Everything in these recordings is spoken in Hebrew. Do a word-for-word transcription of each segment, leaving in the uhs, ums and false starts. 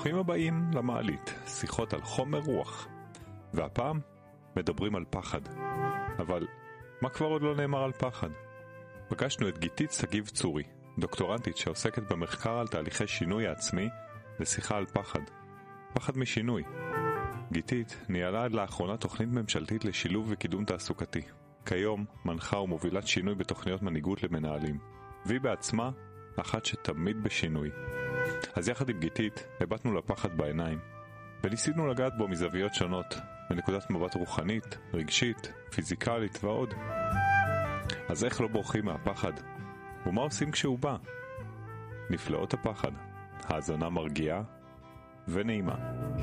ברוכים הבאים למעלית, שיחות על חומר רוח. והפעם מדברים על פחד. אבל מה כבר עוד לא נאמר על פחד? פגשנו את גיתית סגיב צורי, דוקטורנטית שעוסקת במחקר על תהליכי שינוי העצמי לשיחה על פחד. פחד משינוי. גיתית ניהלה עד לאחרונה תוכנית ממשלתית לשילוב וקידום תעסוקתי. כיום מנחה ומובילת שינוי בתוכניות מנהיגות למנהלים. והיא בעצמה אחת שתמיד בשינוי. אז יחד עם גיתית הבטנו לפחד בעיניים, וניסינו לגעת בו מזוויות שונות, מנקודת מבט רוחנית, רגשית, פיזיקלית ועוד. אז איך לא בורחים מהפחד? ומה עושים כשהוא בא? נפלאות הפחד, האזנה מרגיעה ונעימה.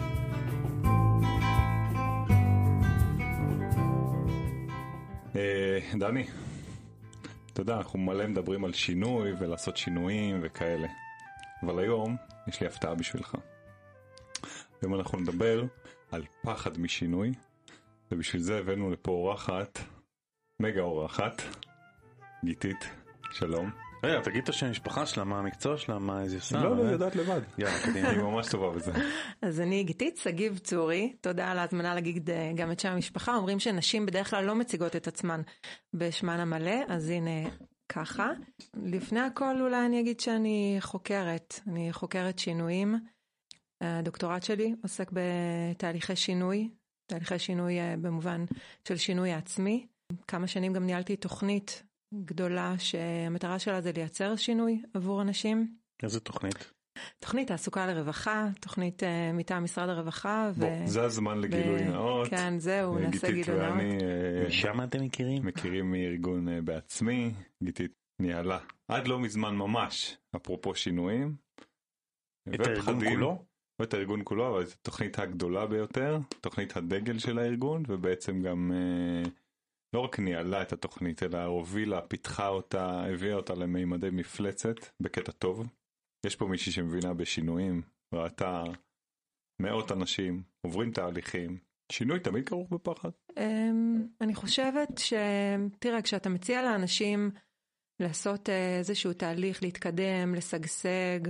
אה, דני, אתה יודע, אנחנו מלא מדברים על שינוי ולעשות שינויים וכאלה. אבל היום יש לי הפתעה בשבילך. היום אנחנו נדבר על פחד משינוי, ובשביל זה הבאנו לפה אורחת, מגה אורחת, גיתית, שלום. רגע, תגיד את השם המשפחה שלה, מה המקצוע שלה, מה איזה עושה? לא, לא, יודעת לבד. יאללה, קדימה. היא ממש טובה בזה. אז אני גיתית סגיב צורי, תודה על ההזמנה להגיד גם את שם המשפחה. אומרים שנשים בדרך כלל לא מציגות את עצמן בשמן המלא, אז הנה ככה. לפני הכל אולי אני אגיד שאני חוקרת, אני חוקרת שינויים. הדוקטורט שלי עוסק בתהליכי שינוי, תהליכי שינוי במובן של שינוי העצמי. כמה שנים גם ניהלתי תוכנית גדולה שהמטרה שלה זה לייצר שינוי עבור אנשים. איזה תוכנית? תוכנית תעסוקה לרווחה, תוכנית uh, מטעם משרד הרווחה. בוא, ו... זה הזמן לגילוי ו... נאות. כן, זהו, נעשה גילוי נאות. ואני, משם אתם מכירים? מכירים מארגון uh, בעצמי, גיתית ניהלה. עד לא מזמן ממש, אפרופו שינויים. את הארגון כולו? לא את הארגון כולו, אבל זו תוכנית הגדולה ביותר, תוכנית הדגל של הארגון, ובעצם גם... Uh, לא רק ניהלה את התוכנית, אלא הובילה, פיתחה אותה, הביאה אותה למימדי מפלצת, בקטע טוב. יש פה מישהי שמבינה בשינויים, ראתה מאות אנשים, עוברים תהליכים. שינוי תמיד כרוך בפחד? אני חושבת ש... תראה, כשאתה מציע לאנשים לעשות איזשהו תהליך, להתקדם, לשגשג,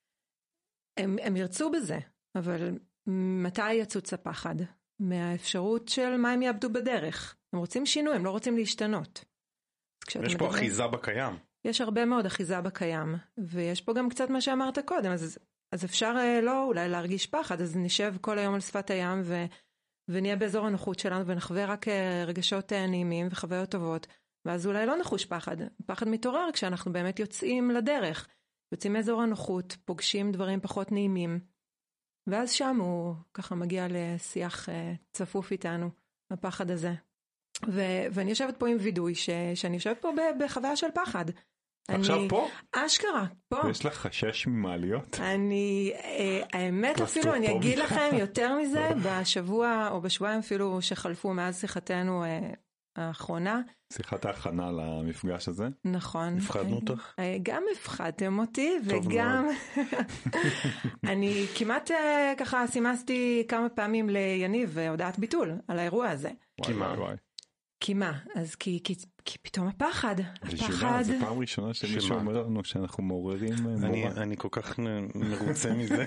הם, הם ירצו בזה, אבל מתי יצוץ הפחד? מהאפשרות של מה הם יאבדו בדרך. הם רוצים שינוי, הם לא רוצים להשתנות. יש פה אחיזה בקיים. יש הרבה מאוד אחיזה בקיים, ויש פה גם קצת מה שאמרת קודם, אז, אז אפשר לא אולי להרגיש פחד, אז נשב כל היום על שפת הים, ו, ונהיה באזור הנוחות שלנו, ונחווה רק רגשות נעימים וחוויות טובות, ואז אולי לא נחוש פחד. פחד מתעורר כשאנחנו באמת יוצאים לדרך, יוצאים מאזור הנוחות, פוגשים דברים פחות נעימים, ואז שם הוא ככה מגיע לשיח צפוף איתנו, הפחד הזה. ו- ואני יושבת פה עם וידוי, ש- שאני יושבת פה ב- בחוויה של פחד. עכשיו אני, פה? אשכרה, פה. יש לך חשש ממעליות? אני, אה, האמת אפילו, אני אגיד לכם יותר מזה, בשבוע או בשבועיים אפילו שחלפו מאז שיחתנו אה, האחרונה. שיחת ההכנה למפגש הזה. נכון. הפחדנו אותך? אה, גם הפחדתם אותי, וגם אני כמעט אה, ככה סימסתי כמה פעמים ליניב הודעת ביטול על האירוע הזה. כי מה? כי מה? אז כי, כי, כי פתאום הפחד. הפחד. זה פעם ראשונה שמישהו אומר לנו שאנחנו מעוררים אני, אני כל כך מרוצה מזה.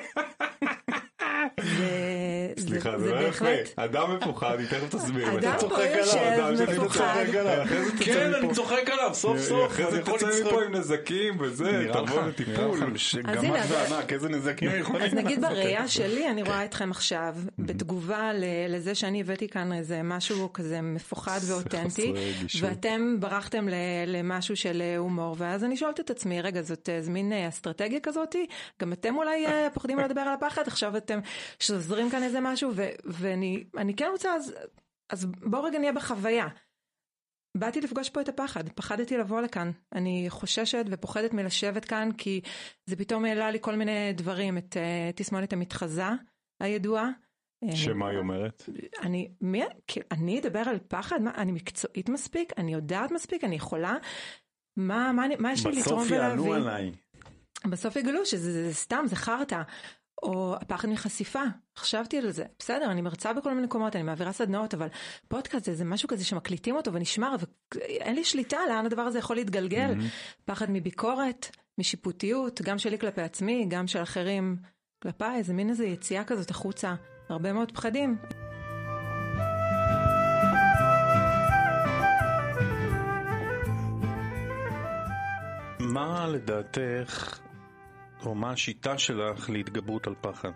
סליחה, זה לא יפה. אדם מפוחד, אני תכף תסביר. אדם פה יושב מפוחד. כן, אני צוחק עליו, סוף סוף. אחרי זה תצא מפה עם נזקים וזה, תבוא לטיפול. גמד וענק, איזה נזקים יכולים. אז נגיד בראייה שלי, אני רואה אתכם עכשיו, בתגובה לזה שאני הבאתי כאן איזה משהו כזה מפוחד ואותנטי, ואתם ברחתם למשהו של הומור, ואז אני שואלת את עצמי, רגע, זאת מין אסטרטגיה כזאת, גם אתם אולי פוחדים לדבר על הפחד, עכשיו אתם שזרים כאן איזה משהו, ו- ואני אני כן רוצה, אז, אז בואו רגע נהיה בחוויה. באתי לפגוש פה את הפחד, פחדתי לבוא לכאן. אני חוששת ופוחדת מלשבת כאן, כי זה פתאום העלה לי כל מיני דברים, את uh, תסמונת המתחזה הידועה. שמה היא אומרת? אני, מי, אני אדבר על פחד? מה, אני מקצועית מספיק? אני יודעת מספיק? אני יכולה? מה, מה, מה יש לי לתרום ולהביא? בסוף יענו עליי. בסוף יגלו שזה זה, זה סתם, זה חרטה. או הפחד מחשיפה, חשבתי על זה, בסדר, אני מרצה בכל מיני מקומות, אני מעבירה סדנאות, אבל פודקאסט זה, זה משהו כזה שמקליטים אותו ונשמר, ואין לי שליטה לאן הדבר הזה יכול להתגלגל, mm-hmm. פחד מביקורת, משיפוטיות, גם שלי כלפי עצמי, גם של אחרים כלפיי, זה מין איזו יציאה כזאת החוצה, הרבה מאוד פחדים. מה לדעתך, או מה השיטה שלך להתגברות על פחד?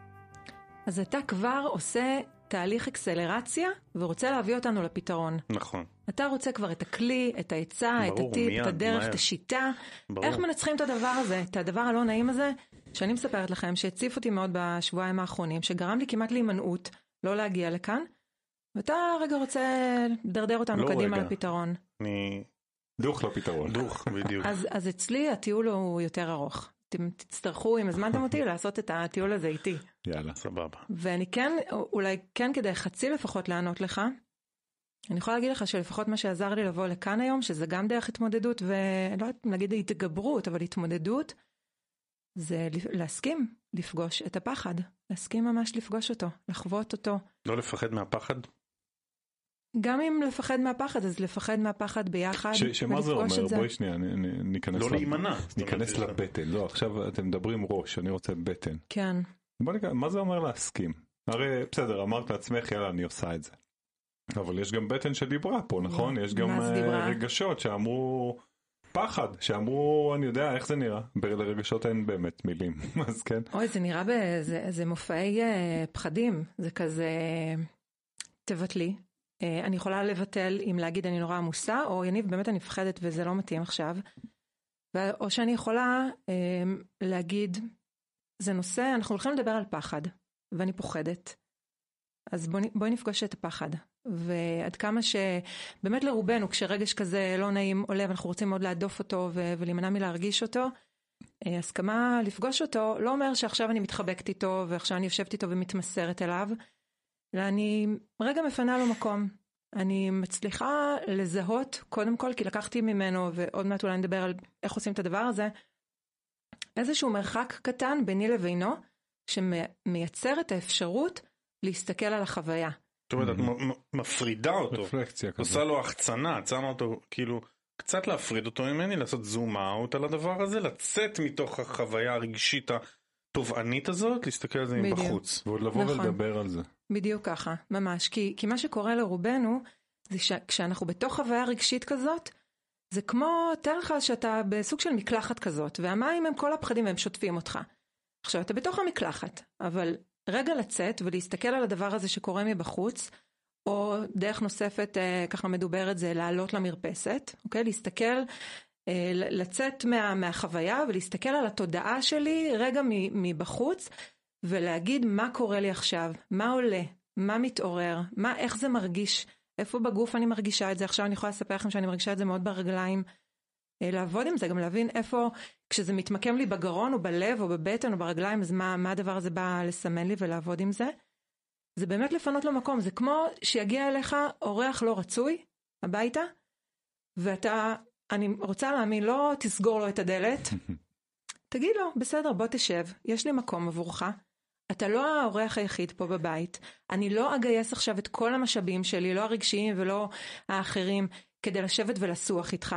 אז אתה כבר עושה תהליך אקסלרציה, ורוצה להביא אותנו לפתרון. נכון. אתה רוצה כבר את הכלי, את העצה, את הטיפ, את הדרך, את השיטה. ברור. איך מנצחים את הדבר הזה, את הדבר הלא נעים הזה, שאני מספרת לכם, שהציף אותי מאוד בשבועיים האחרונים, שגרם לי כמעט להימנעות, לא להגיע לכאן, ואתה רגע רוצה לדרדר אותנו לא קדימה רגע. לפתרון. אני... דוח לפתרון. דוח, בדיוק. אז, אז אצלי הטיול הוא יותר ארוך. אתם תצטרכו, אם הזמנתם אותי, לעשות את הטיול הזה איתי. יאללה, סבבה. ואני כן, אולי כן כדי חצי לפחות לענות לך, אני יכולה להגיד לך שלפחות מה שעזר לי לבוא לכאן היום, שזה גם דרך התמודדות, ולא יודעת להגיד התגברות, אבל התמודדות, זה להסכים לפגוש את הפחד. להסכים ממש לפגוש אותו, לחוות אותו. לא לפחד מהפחד? גם אם לפחד מהפחד, אז לפחד מהפחד ביחד. שמה זה אומר? בואי שנייה, ניכנס לא להימנע. ניכנס לבטן. לא, עכשיו אתם מדברים ראש, אני רוצה בטן. כן. מה זה אומר להסכים? הרי בסדר, אמרת לעצמך, יאללה, אני עושה את זה. אבל יש גם בטן שדיברה פה, נכון? יש גם רגשות שאמרו פחד, שאמרו, אני יודע איך זה נראה. לרגשות אין באמת מילים, אז כן. אוי, זה נראה זה מופעי פחדים. זה כזה, תבטלי. אני יכולה לבטל אם להגיד אני נורא עמוסה, או יניב באמת אני מפחדת וזה לא מתאים עכשיו. או שאני יכולה להגיד, זה נושא, אנחנו הולכים לדבר על פחד, ואני פוחדת. אז בואי, בואי נפגוש את הפחד. ועד כמה שבאמת לרובנו, כשרגש כזה לא נעים עולה, ואנחנו רוצים מאוד להדוף אותו ולהימנע מלהרגיש אותו, הסכמה לפגוש אותו לא אומר שעכשיו אני מתחבקת איתו, ועכשיו אני יושבת איתו ומתמסרת אליו, אלא אני רגע מפנה לו מקום. אני מצליחה לזהות, קודם כל, כי לקחתי ממנו, ועוד מעט אולי נדבר על איך עושים את הדבר הזה, איזשהו מרחק קטן ביני לבינו, שמייצר את האפשרות להסתכל על החוויה. זאת אומרת, את מפרידה אותו, עושה לו החצנה, צמה אותו, כאילו, קצת להפריד אותו ממני, לעשות זום אאוט על הדבר הזה, לצאת מתוך החוויה הרגשית התובענית הזאת, להסתכל על זה מבחוץ. ועוד לבוא ולדבר על זה. בדיוק ככה, ממש. כי, כי מה שקורה לרובנו, זה שכשאנחנו בתוך חוויה רגשית כזאת, זה כמו, תאר לך שאתה בסוג של מקלחת כזאת, והמים הם כל הפחדים והם שוטפים אותך. עכשיו, אתה בתוך המקלחת, אבל רגע לצאת ולהסתכל על הדבר הזה שקורה מבחוץ, או דרך נוספת, ככה מדוברת, זה לעלות למרפסת, אוקיי? להסתכל, לצאת מה, מהחוויה ולהסתכל על התודעה שלי רגע מבחוץ, ולהגיד מה קורה לי עכשיו, מה עולה, מה מתעורר, מה, איך זה מרגיש, איפה בגוף אני מרגישה את זה. עכשיו אני יכולה לספר לכם שאני מרגישה את זה מאוד ברגליים, לעבוד עם זה, גם להבין איפה, כשזה מתמקם לי בגרון או בלב או בבטן או ברגליים, אז מה, מה הדבר הזה בא לסמן לי ולעבוד עם זה. זה באמת לפנות לו מקום, זה כמו שיגיע אליך אורח לא רצוי הביתה, ואתה, אני רוצה להאמין, לא תסגור לו את הדלת, תגיד לו, בסדר, בוא תשב, יש לי מקום עבורך, אתה לא האורח היחיד פה בבית, אני לא אגייס עכשיו את כל המשאבים שלי, לא הרגשיים ולא האחרים, כדי לשבת ולסוח איתך.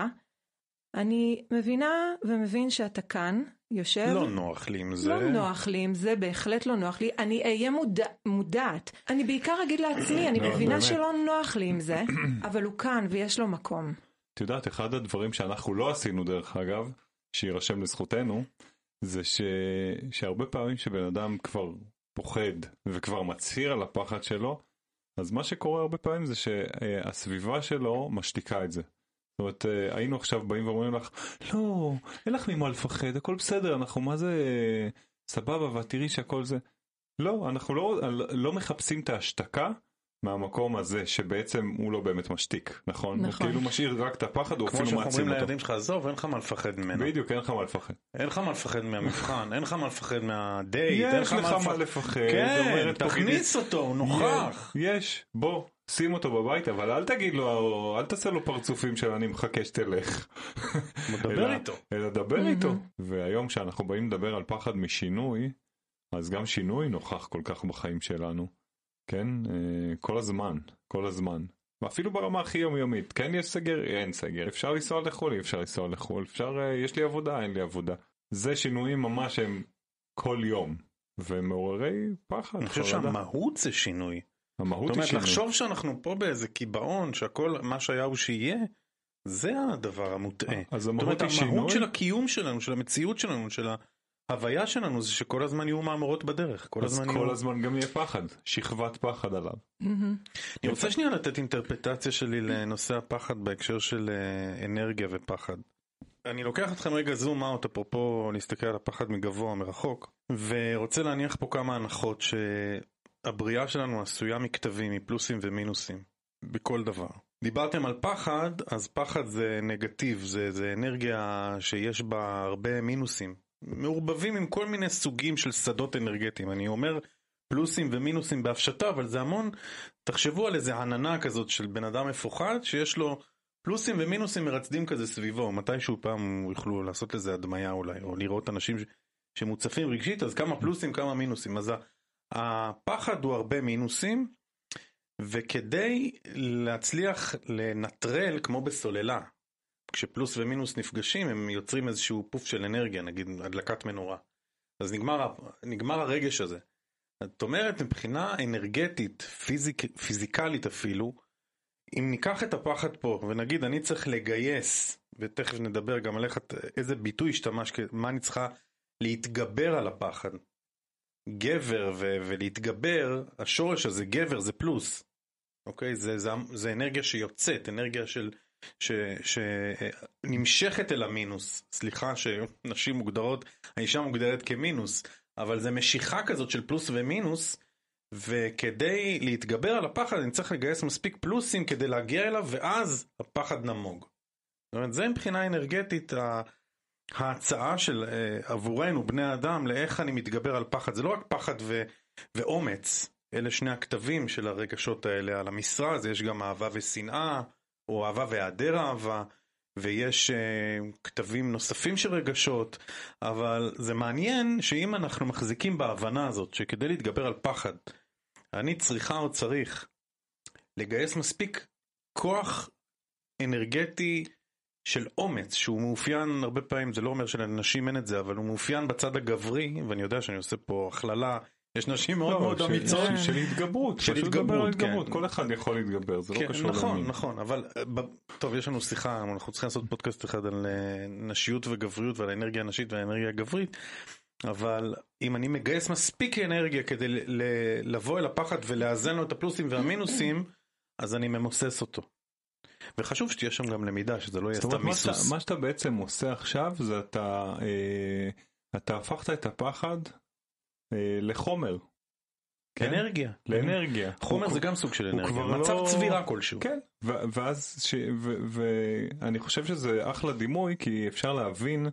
אני מבינה ומבין שאתה כאן, יושב. לא נוח לי עם זה. לא נוח לי עם זה, בהחלט לא נוח לי. אני אהיה מודע, מודעת. אני בעיקר אגיד לעצמי, אני מבינה שלא נוח לי עם זה, אבל הוא כאן ויש לו מקום. את יודעת, אחד הדברים שאנחנו לא עשינו דרך אגב, שירשם לזכותנו, זה ש... שהרבה פעמים שבן אדם כבר פוחד וכבר מצהיר על הפחד שלו, אז מה שקורה הרבה פעמים זה שהסביבה שלו משתיקה את זה. זאת אומרת, היינו עכשיו באים ואומרים לך, לא, אין לך ממה לפחד, הכל בסדר, אנחנו מה זה סבבה, ותראי שהכל זה. לא, אנחנו לא, לא מחפשים את ההשתקה מהמקום הזה שבעצם הוא לא באמת משתיק, נכון? נכון. הוא כאילו משאיר רק את הפחד, הוא אפילו מעצים אותו. כמו שאנחנו אומרים לילדים שלך, עזוב, אין לך מה לפחד ממנו. בדיוק, אין לך מה לפחד. אין לך מה לפחד מהמבחן, אין לך מה לפחד מהדייט. יש לך מה לפחד. כן, תכניס אותו, הוא נוכח. יש, בוא, שים אותו בבית, אבל אל תגיד לו, אל תעשה לו פרצופים של אני מחכה שתלך. מדבר איתו. אלא דבר איתו. והיום כשאנחנו באים לדבר על פחד משינוי, אז גם שינוי נוכח כל כך בחיים שלנו. כן, כל הזמן, כל הזמן. ואפילו ברמה הכי יומיומית, כן יש סגר, אין סגר, אפשר לנסוע לחול, אפשר לנסוע לחול, אפשר, יש לי עבודה, אין לי עבודה. זה שינויים ממש הם כל יום. ומעוררי פחד. אני חושב שהמהות זה שינוי. המהות זאת אומרת, שינוי. לחשוב שאנחנו פה באיזה קיבעון, שהכל, מה שהיה הוא שיהיה, זה הדבר המוטעה. אז זאת אומרת, המהות המהות של הקיום שלנו, של המציאות שלנו, של ההוויה שלנו, זה שכל הזמן יהיו מאמרות בדרך. כל אז הזמן כל יהיו... הזמן גם יהיה פחד, שכבת פחד עליו. אני רוצה שנייה לתת אינטרפטציה שלי לנושא הפחד בהקשר של אנרגיה ופחד. אני לוקח אתכם רגע זום אאוט, אפרופו להסתכל על הפחד מגבוה, מרחוק, ורוצה להניח פה כמה הנחות שהבריאה שלנו עשויה מכתבים, מפלוסים ומינוסים, בכל דבר. דיברתם על פחד, אז פחד זה נגטיב, זה, זה אנרגיה שיש בה הרבה מינוסים, מעורבבים עם כל מיני סוגים של שדות אנרגטיים. אני אומר פלוסים ומינוסים בהפשטה, אבל זה המון, תחשבו על איזה עננה כזאת של בן אדם מפוחד, שיש לו פלוסים ומינוסים מרצדים כזה סביבו, מתישהו פעם יוכלו לעשות לזה הדמיה אולי, או לראות אנשים ש... שמוצפים רגשית, אז כמה פלוסים, כמה מינוסים. אז הפחד הוא הרבה מינוסים, וכדי להצליח לנטרל כמו בסוללה, כשפלוס ומינוס נפגשים, הם יוצרים איזשהו פוף של אנרגיה, נגיד הדלקת מנורה. אז נגמר, נגמר הרגש הזה. זאת אומרת, מבחינה אנרגטית, פיזיק, פיזיקלית אפילו, אם ניקח את הפחד פה, ונגיד אני צריך לגייס, ותכף נדבר גם על איזה ביטוי השתמש, מה אני צריכה להתגבר על הפחד. גבר ו- ולהתגבר, השורש הזה, גבר זה פלוס. אוקיי? זה, זה, זה אנרגיה שיוצאת, אנרגיה של, ש, שנמשכת אל המינוס. סליחה שנשים מוגדרות, האישה מוגדרת כמינוס, אבל זה משיכה כזאת של פלוס ומינוס, וכדי להתגבר על הפחד אני צריך לגייס מספיק פלוסים כדי להגיע אליו, ואז הפחד נמוג. זאת אומרת, זה מבחינה אנרגטית ההצעה של עבורנו, בני האדם, לאיך אני מתגבר על פחד. זה לא רק פחד ו- ואומץ, אלה שני הכתבים של הרגשות האלה על המשרה, זה יש גם אהבה ושנאה, או אהבה והיעדר אהבה, ויש uh, כתבים נוספים של רגשות, אבל זה מעניין שאם אנחנו מחזיקים בהבנה הזאת, שכדי להתגבר על פחד, אני צריכה או צריך לגייס מספיק כוח אנרגטי של אומץ, שהוא מאופיין הרבה פעמים, זה לא אומר שלנשים אין את זה, אבל הוא מאופיין בצד הגברי, ואני יודע שאני עושה פה הכללה, יש נשים מאוד מאוד אמיצות. של התגברות, של התגברות, כל אחד יכול להתגבר, זה לא קשור למין. נכון, נכון, אבל טוב, יש לנו שיחה, אנחנו צריכים לעשות פודקאסט אחד על נשיות וגבריות, ועל האנרגיה הנשית והאנרגיה הגברית, אבל אם אני מגייס מספיק אנרגיה כדי לבוא אל הפחד ולאזן לו את הפלוסים והמינוסים, אז אני ממוסס אותו. וחשוב שתהיה שם גם למידה, שזה לא יהיה סתם מיסוס. מה שאתה בעצם עושה עכשיו, זה אתה, אתה הפכת את הפחד לחומר. אנרגיה. לאנרגיה. חומר זה גם סוג של אנרגיה. מצב צבירה כלשהו. כן, ואז, ואני חושב שזה אחלה דימוי, כי אפשר להבין,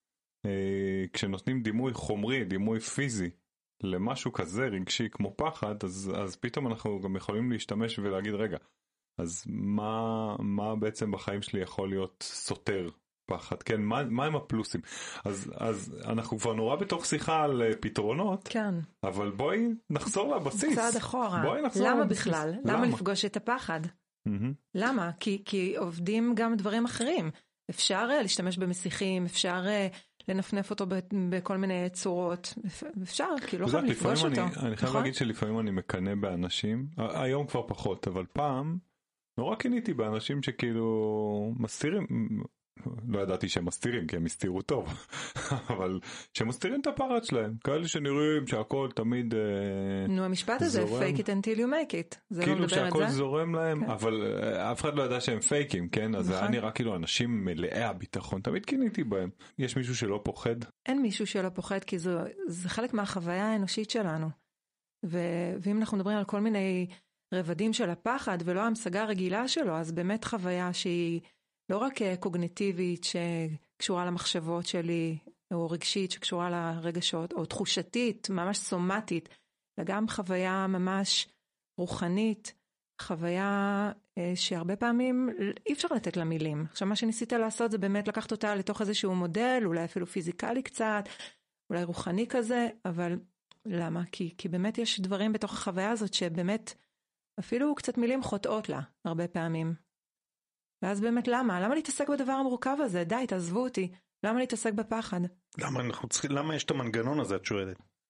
כשנותנים דימוי חומרי, דימוי פיזי, למשהו כזה רגשי כמו פחד, אז פתאום אנחנו גם יכולים להשתמש ולהגיד, רגע, אז מה, מה בעצם בחיים שלי יכול להיות סותר פחד? כן, מה, מה הם הפלוסים? אז, אז אנחנו כבר נורא בתוך שיחה על פתרונות, כן. אבל בואי נחזור לבסיס. צעד אחורה. בואי נחזור למה לבסיס. בכלל? למה, למה לפגוש את הפחד? Mm-hmm. למה? כי, כי עובדים גם דברים אחרים. אפשר להשתמש במסיכים, אפשר לנפנף אותו בכל מיני צורות. אפשר, כי לא חייב לפגוש אותו. אני, אני חייב להגיד שלפעמים אני מקנה באנשים, היום כבר פחות, אבל פעם, נורא קניתי באנשים שכאילו מסתירים, לא ידעתי שהם מסתירים, כי הם הסתירו טוב, אבל שהם מסתירים את הפחד שלהם, כאלה שנראים שהכל תמיד נו, המשפט הזה, fake it until you make it, זה כאילו לא מדבר את זה? כאילו שהכל זורם להם, אבל אף אחד לא ידע שהם פייקים, כן? אז זה היה נראה כאילו אנשים מלאי הביטחון, תמיד קניתי בהם. יש מישהו שלא פוחד? אין מישהו שלא פוחד, כי זה חלק מהחוויה האנושית שלנו, ואם אנחנו מדברים על כל מיני רבדים של הפחד, ולא המשגה הרגילה שלו, אז באמת חוויה שהיא לא רק קוגניטיבית שקשורה למחשבות שלי, או רגשית שקשורה לרגשות, או תחושתית, ממש סומטית, אלא גם חוויה ממש רוחנית, חוויה שהרבה פעמים אי אפשר לתת לה מילים. עכשיו מה שניסית לעשות זה באמת לקחת אותה לתוך איזשהו מודל, אולי אפילו פיזיקלי קצת, אולי רוחני כזה, אבל למה? כי, כי באמת יש דברים בתוך החוויה הזאת שבאמת אפילו קצת מילים חוטאות לה הרבה פעמים. ואז באמת למה? למה להתעסק בדבר המורכב הזה? די, תעזבו אותי. למה להתעסק בפחד? למה אנחנו צריכים, למה יש את המנגנון הזה, את שואלת?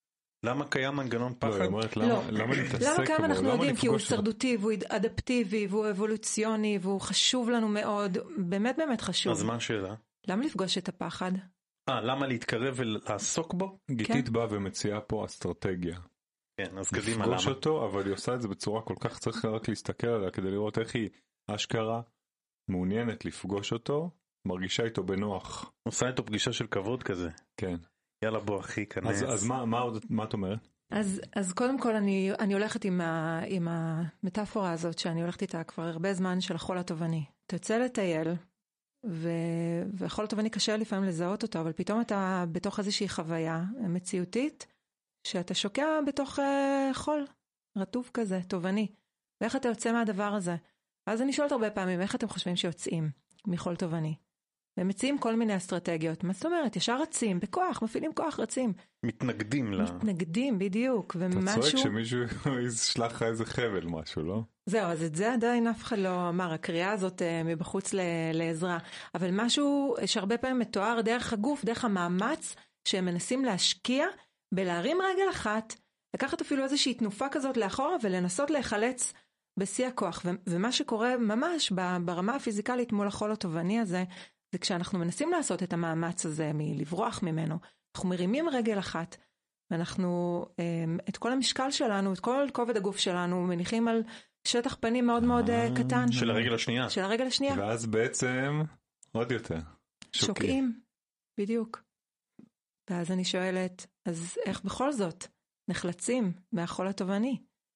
למה קיים מנגנון פחד? לא, אומרת, למה, לא. למה להתעסק למה קיים בו? אנחנו למה יודעים? כי הוא לפגוש אותו? הישרדותי, והוא אדפטיבי, והוא אבולוציוני, והוא חשוב לנו מאוד, באמת באמת חשוב. אז מה השאלה? למה לפגוש את הפחד? אה, למה להתקרב ולעסוק בו? גיתית באה ומציעה פה אסטרטגיה. כן, אז קדימה, למה? לפגוש אותו, אבל היא עושה את זה בצורה כל כך, צריך רק להסתכל עליה, כדי לראות איך היא אשכרה מעוניינת לפגוש אותו, מרגישה איתו בנוח. עושה איתו פגישה של כבוד כזה. כן. יאללה בוא אחי, כנס. אז, אז מה, מה, מה את אומרת? אז, אז קודם כל אני, אני הולכת עם, ה, עם המטאפורה הזאת שאני הולכת איתה כבר הרבה זמן של החול התובעני. אתה יוצא לטייל, ו, והחול התובעני קשה לפעמים לזהות אותו, אבל פתאום אתה בתוך איזושהי חוויה מציאותית, שאתה שוקע בתוך uh, חול רטוב כזה, תובעני. ואיך אתה יוצא מהדבר הזה? אז אני שואלת הרבה פעמים, איך אתם חושבים שיוצאים מחול תובעני? והם מציעים כל מיני אסטרטגיות. מה זאת אומרת? ישר רצים, בכוח, מפעילים כוח, רצים. מתנגדים לה. מתנגדים, בדיוק. ומשהו... אתה צועק שמישהו ישלח לך איזה חבל משהו, לא? זהו, אז את זה עדיין אף אחד לא אמר, הקריאה הזאת מבחוץ לעזרה. אבל משהו שהרבה פעמים מתואר דרך הגוף, דרך המאמץ, שהם מנסים להשקיע בלהרים רגל אחת, לקחת אפילו איזושהי תנופה כזאת לאחורה, ולנסות להיחלץ בשיא הכוח. ומה שקורה ממש ברמה הפיזיקלית מול החול התובעני הזה, זה כשאנחנו מנסים לעשות את המאמץ הזה מלברוח ממנו, אנחנו מרימים רגל אחת, ואנחנו את כל המשקל שלנו, את כל כובד הגוף שלנו, מניחים על שטח פנים מאוד מאוד קטן. של הרגל השנייה. של הרגל השנייה. ואז בעצם עוד יותר. שוקעים, בדיוק. ואז אני שואלת, אז איך בכל זאת נחלצים מהחול התובעני?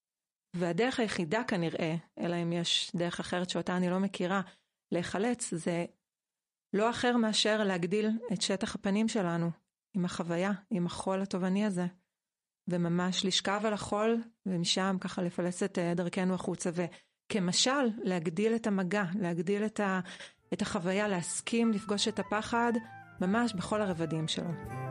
והדרך היחידה כנראה, אלא אם יש דרך אחרת שאותה אני לא מכירה, להיחלץ זה לא אחר מאשר להגדיל את שטח הפנים שלנו, עם החוויה, עם החול התובעני הזה, וממש לשכב על החול, ומשם ככה לפלס את דרכנו החוצה, וכמשל להגדיל את המגע, להגדיל את, ה, את החוויה, להסכים לפגוש את הפחד, ממש בכל הרבדים שלו.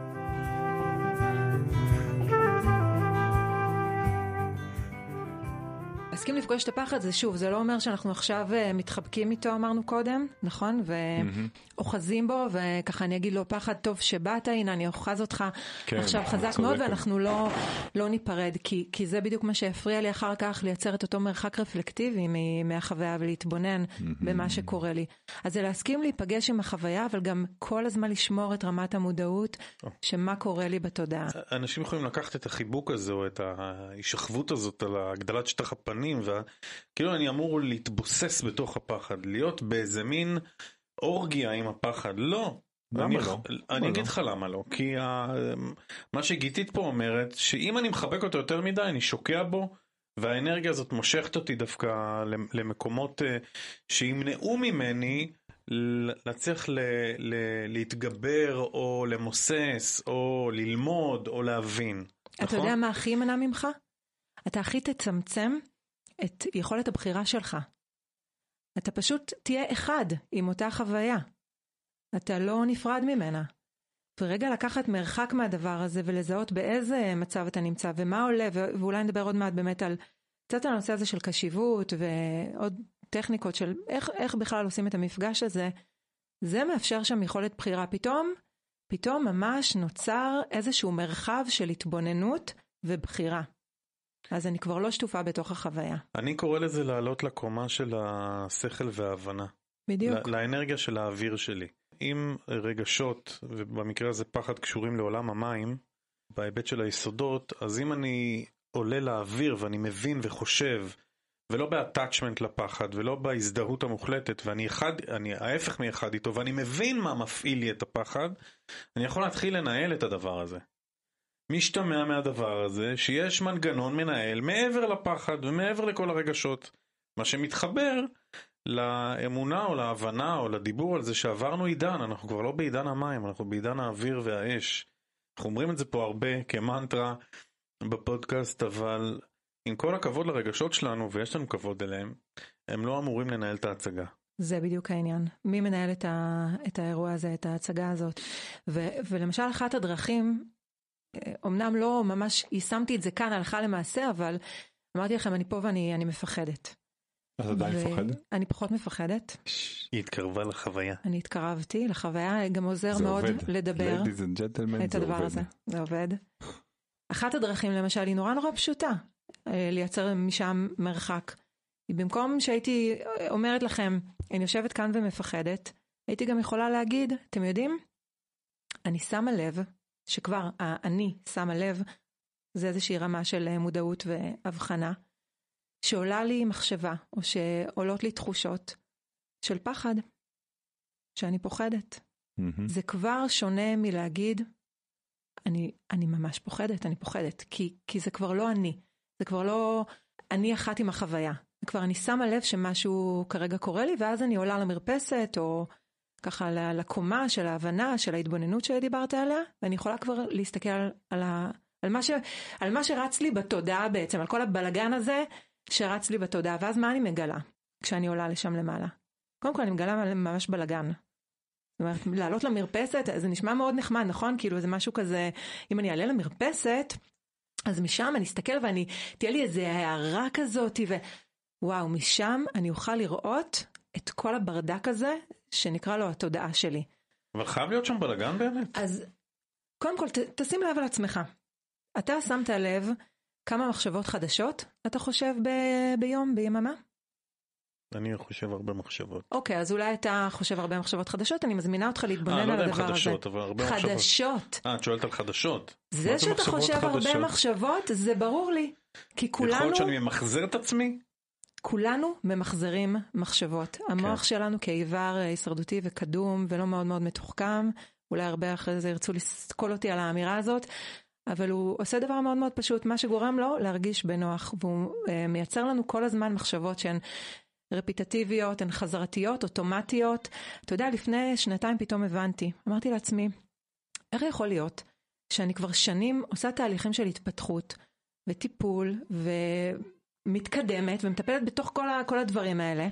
להסכים לפגוש את הפחד זה שוב, זה לא אומר שאנחנו עכשיו מתחבקים איתו, אמרנו קודם, נכון? ואוחזים בו, וככה אני אגיד לו, פחד טוב שבאת, הנה אני אוחז אותך עכשיו חזק מאוד, ואנחנו לא, לא ניפרד, כי, כי זה בדיוק מה שהפריע לי אחר כך, לייצר את אותו מרחק רפלקטיבי מהחוויה, ולהתבונן במה שקורה לי. אז זה להסכים להיפגש עם החוויה, אבל גם כל הזמן לשמור את רמת המודעות, שמה קורה לי בתודעה. אנשים יכולים לקחת את החיבוק הזה, או את ההשכבות הזאת, על הגדלת שטח הפנים, וכאילו אני אמור להתבוסס בתוך הפחד, להיות באיזה מין אורגיה עם הפחד. לא. למה לא? אני אגיד לך למה לא. כי מה שגיתית פה אומרת, שאם אני מחבק אותו יותר מדי, אני שוקע בו, והאנרגיה הזאת מושכת אותי דווקא למקומות שימנעו ממני להצליח להתגבר, או למוסס, או ללמוד, או להבין. אתה יודע מה הכי מנע ממך? אתה הכי תצמצם את יכולת הבחירה שלך. אתה פשוט תהיה אחד עם אותה חוויה. אתה לא נפרד ממנה. ורגע לקחת מרחק מהדבר הזה ולזהות באיזה מצב אתה נמצא ומה עולה, ואולי נדבר עוד מעט באמת על קצת על הנושא הזה של קשיבות ועוד טכניקות של איך, איך בכלל עושים את המפגש הזה. זה מאפשר שם יכולת בחירה. פתאום, פתאום ממש נוצר איזשהו מרחב של התבוננות ובחירה. אז אני כבר לא שטופה בתוך החוויה. אני קורא לזה לעלות לקומה של השכל וההבנה. בדיוק. לאנרגיה של האוויר שלי. אם רגשות, ובמקרה הזה פחד, קשורים לעולם המים, בהיבט של היסודות, אז אם אני עולה לאוויר ואני מבין וחושב, ולא באטאצ'מנט לפחד, ולא בהזדהות המוחלטת, ואני אחד, אני ההפך מאחד איתו, ואני מבין מה מפעיל לי את הפחד, אני יכול להתחיל לנהל את הדבר הזה. משתמע מהדבר הזה שיש מנגנון מנהל מעבר לפחד ומעבר לכל הרגשות. מה שמתחבר לאמונה או להבנה או לדיבור על זה שעברנו עידן, אנחנו כבר לא בעידן המים, אנחנו בעידן האוויר והאש. אנחנו אומרים את זה פה הרבה כמנטרה בפודקאסט, אבל עם כל הכבוד לרגשות שלנו, ויש לנו כבוד אליהם, הם לא אמורים לנהל את ההצגה. זה בדיוק העניין. מי מנהל את, ה, את האירוע הזה, את ההצגה הזאת? ו, ולמשל אחת הדרכים, אמנם לא ממש יישמתי את זה כאן הלכה למעשה, אבל אמרתי לכם, אני פה ואני אני מפחדת. את עדיין מפחדת? אני פחות מפחדת. היא התקרבה לחוויה. אני התקרבתי לחוויה, גם עוזר מאוד לדבר את הדבר הזה. זה עובד. אחת הדרכים למשל היא נורא נורא פשוטה, לייצר משם מרחק. במקום שהייתי אומרת לכם, אני יושבת כאן ומפחדת, הייתי גם יכולה להגיד, אתם יודעים, אני שמה לב, שכבר אני שמה לב, זה איזושהי רמה של מודעות והבחנה, שעולה לי מחשבה, או שעולות לי תחושות של פחד, שאני פוחדת. Mm-hmm. זה כבר שונה מלהגיד, אני, אני ממש פוחדת, אני פוחדת, כי, כי זה כבר לא אני, זה כבר לא אני אחת עם החוויה, כבר אני שמה לב שמשהו כרגע קורה לי, ואז אני עולה למרפסת, או ככה לקומה של ההבנה, של ההתבוננות שדיברת עליה, ואני יכולה כבר להסתכל על, על, ה, על, מה ש, על מה שרץ לי בתודעה בעצם, על כל הבלגן הזה שרץ לי בתודעה, ואז מה אני מגלה כשאני עולה לשם למעלה? קודם כל אני מגלה ממש בלגן. זאת אומרת, לעלות למרפסת, זה נשמע מאוד נחמד, נכון? כאילו זה משהו כזה, אם אני אעלה למרפסת, אז משם אני אסתכל ואני, תהיה לי איזו הערה כזאת, ווואו, משם אני אוכל לראות את כל הברדק הזה, שנקרא לו התודעה שלי. אבל חייב להיות שם בלגן באמת? אז קודם כל, ת, תשים לב על עצמך. אתה שמת לב כמה מחשבות חדשות אתה חושב ב- ביום, ביממה? אני חושב הרבה מחשבות. אוקיי, אז אולי אתה חושב הרבה מחשבות חדשות, אני מזמינה אותך להתבונן על הדבר הזה. לא יודע אם חדשות, אבל הרבה מחשבות. חדשות. אה, את שואלת על חדשות. זה שאתה חושב הרבה מחשבות, זה ברור לי. כי כולנו... יכול להיות שאני ממחזר את עצמי? כולנו ממחזרים מחשבות. המוח שלנו כאיבר הישרדותי וקדום, ולא מאוד מאוד מתוחכם, אולי הרבה אחרי זה ירצו לסקול אותי על האמירה הזאת, אבל הוא עושה דבר מאוד מאוד פשוט, מה שגורם לו להרגיש בנוח, והוא מייצר לנו כל הזמן מחשבות שהן רפיטטיביות, הן חזרתיות, אוטומטיות. אתה יודע, לפני שנתיים פתאום הבנתי, אמרתי לעצמי, איך יכול להיות שאני כבר שנים עושה תהליכים של התפתחות וטיפול ומתקדמת ומטפלת בתוך כל, ה, כל הדברים האלה,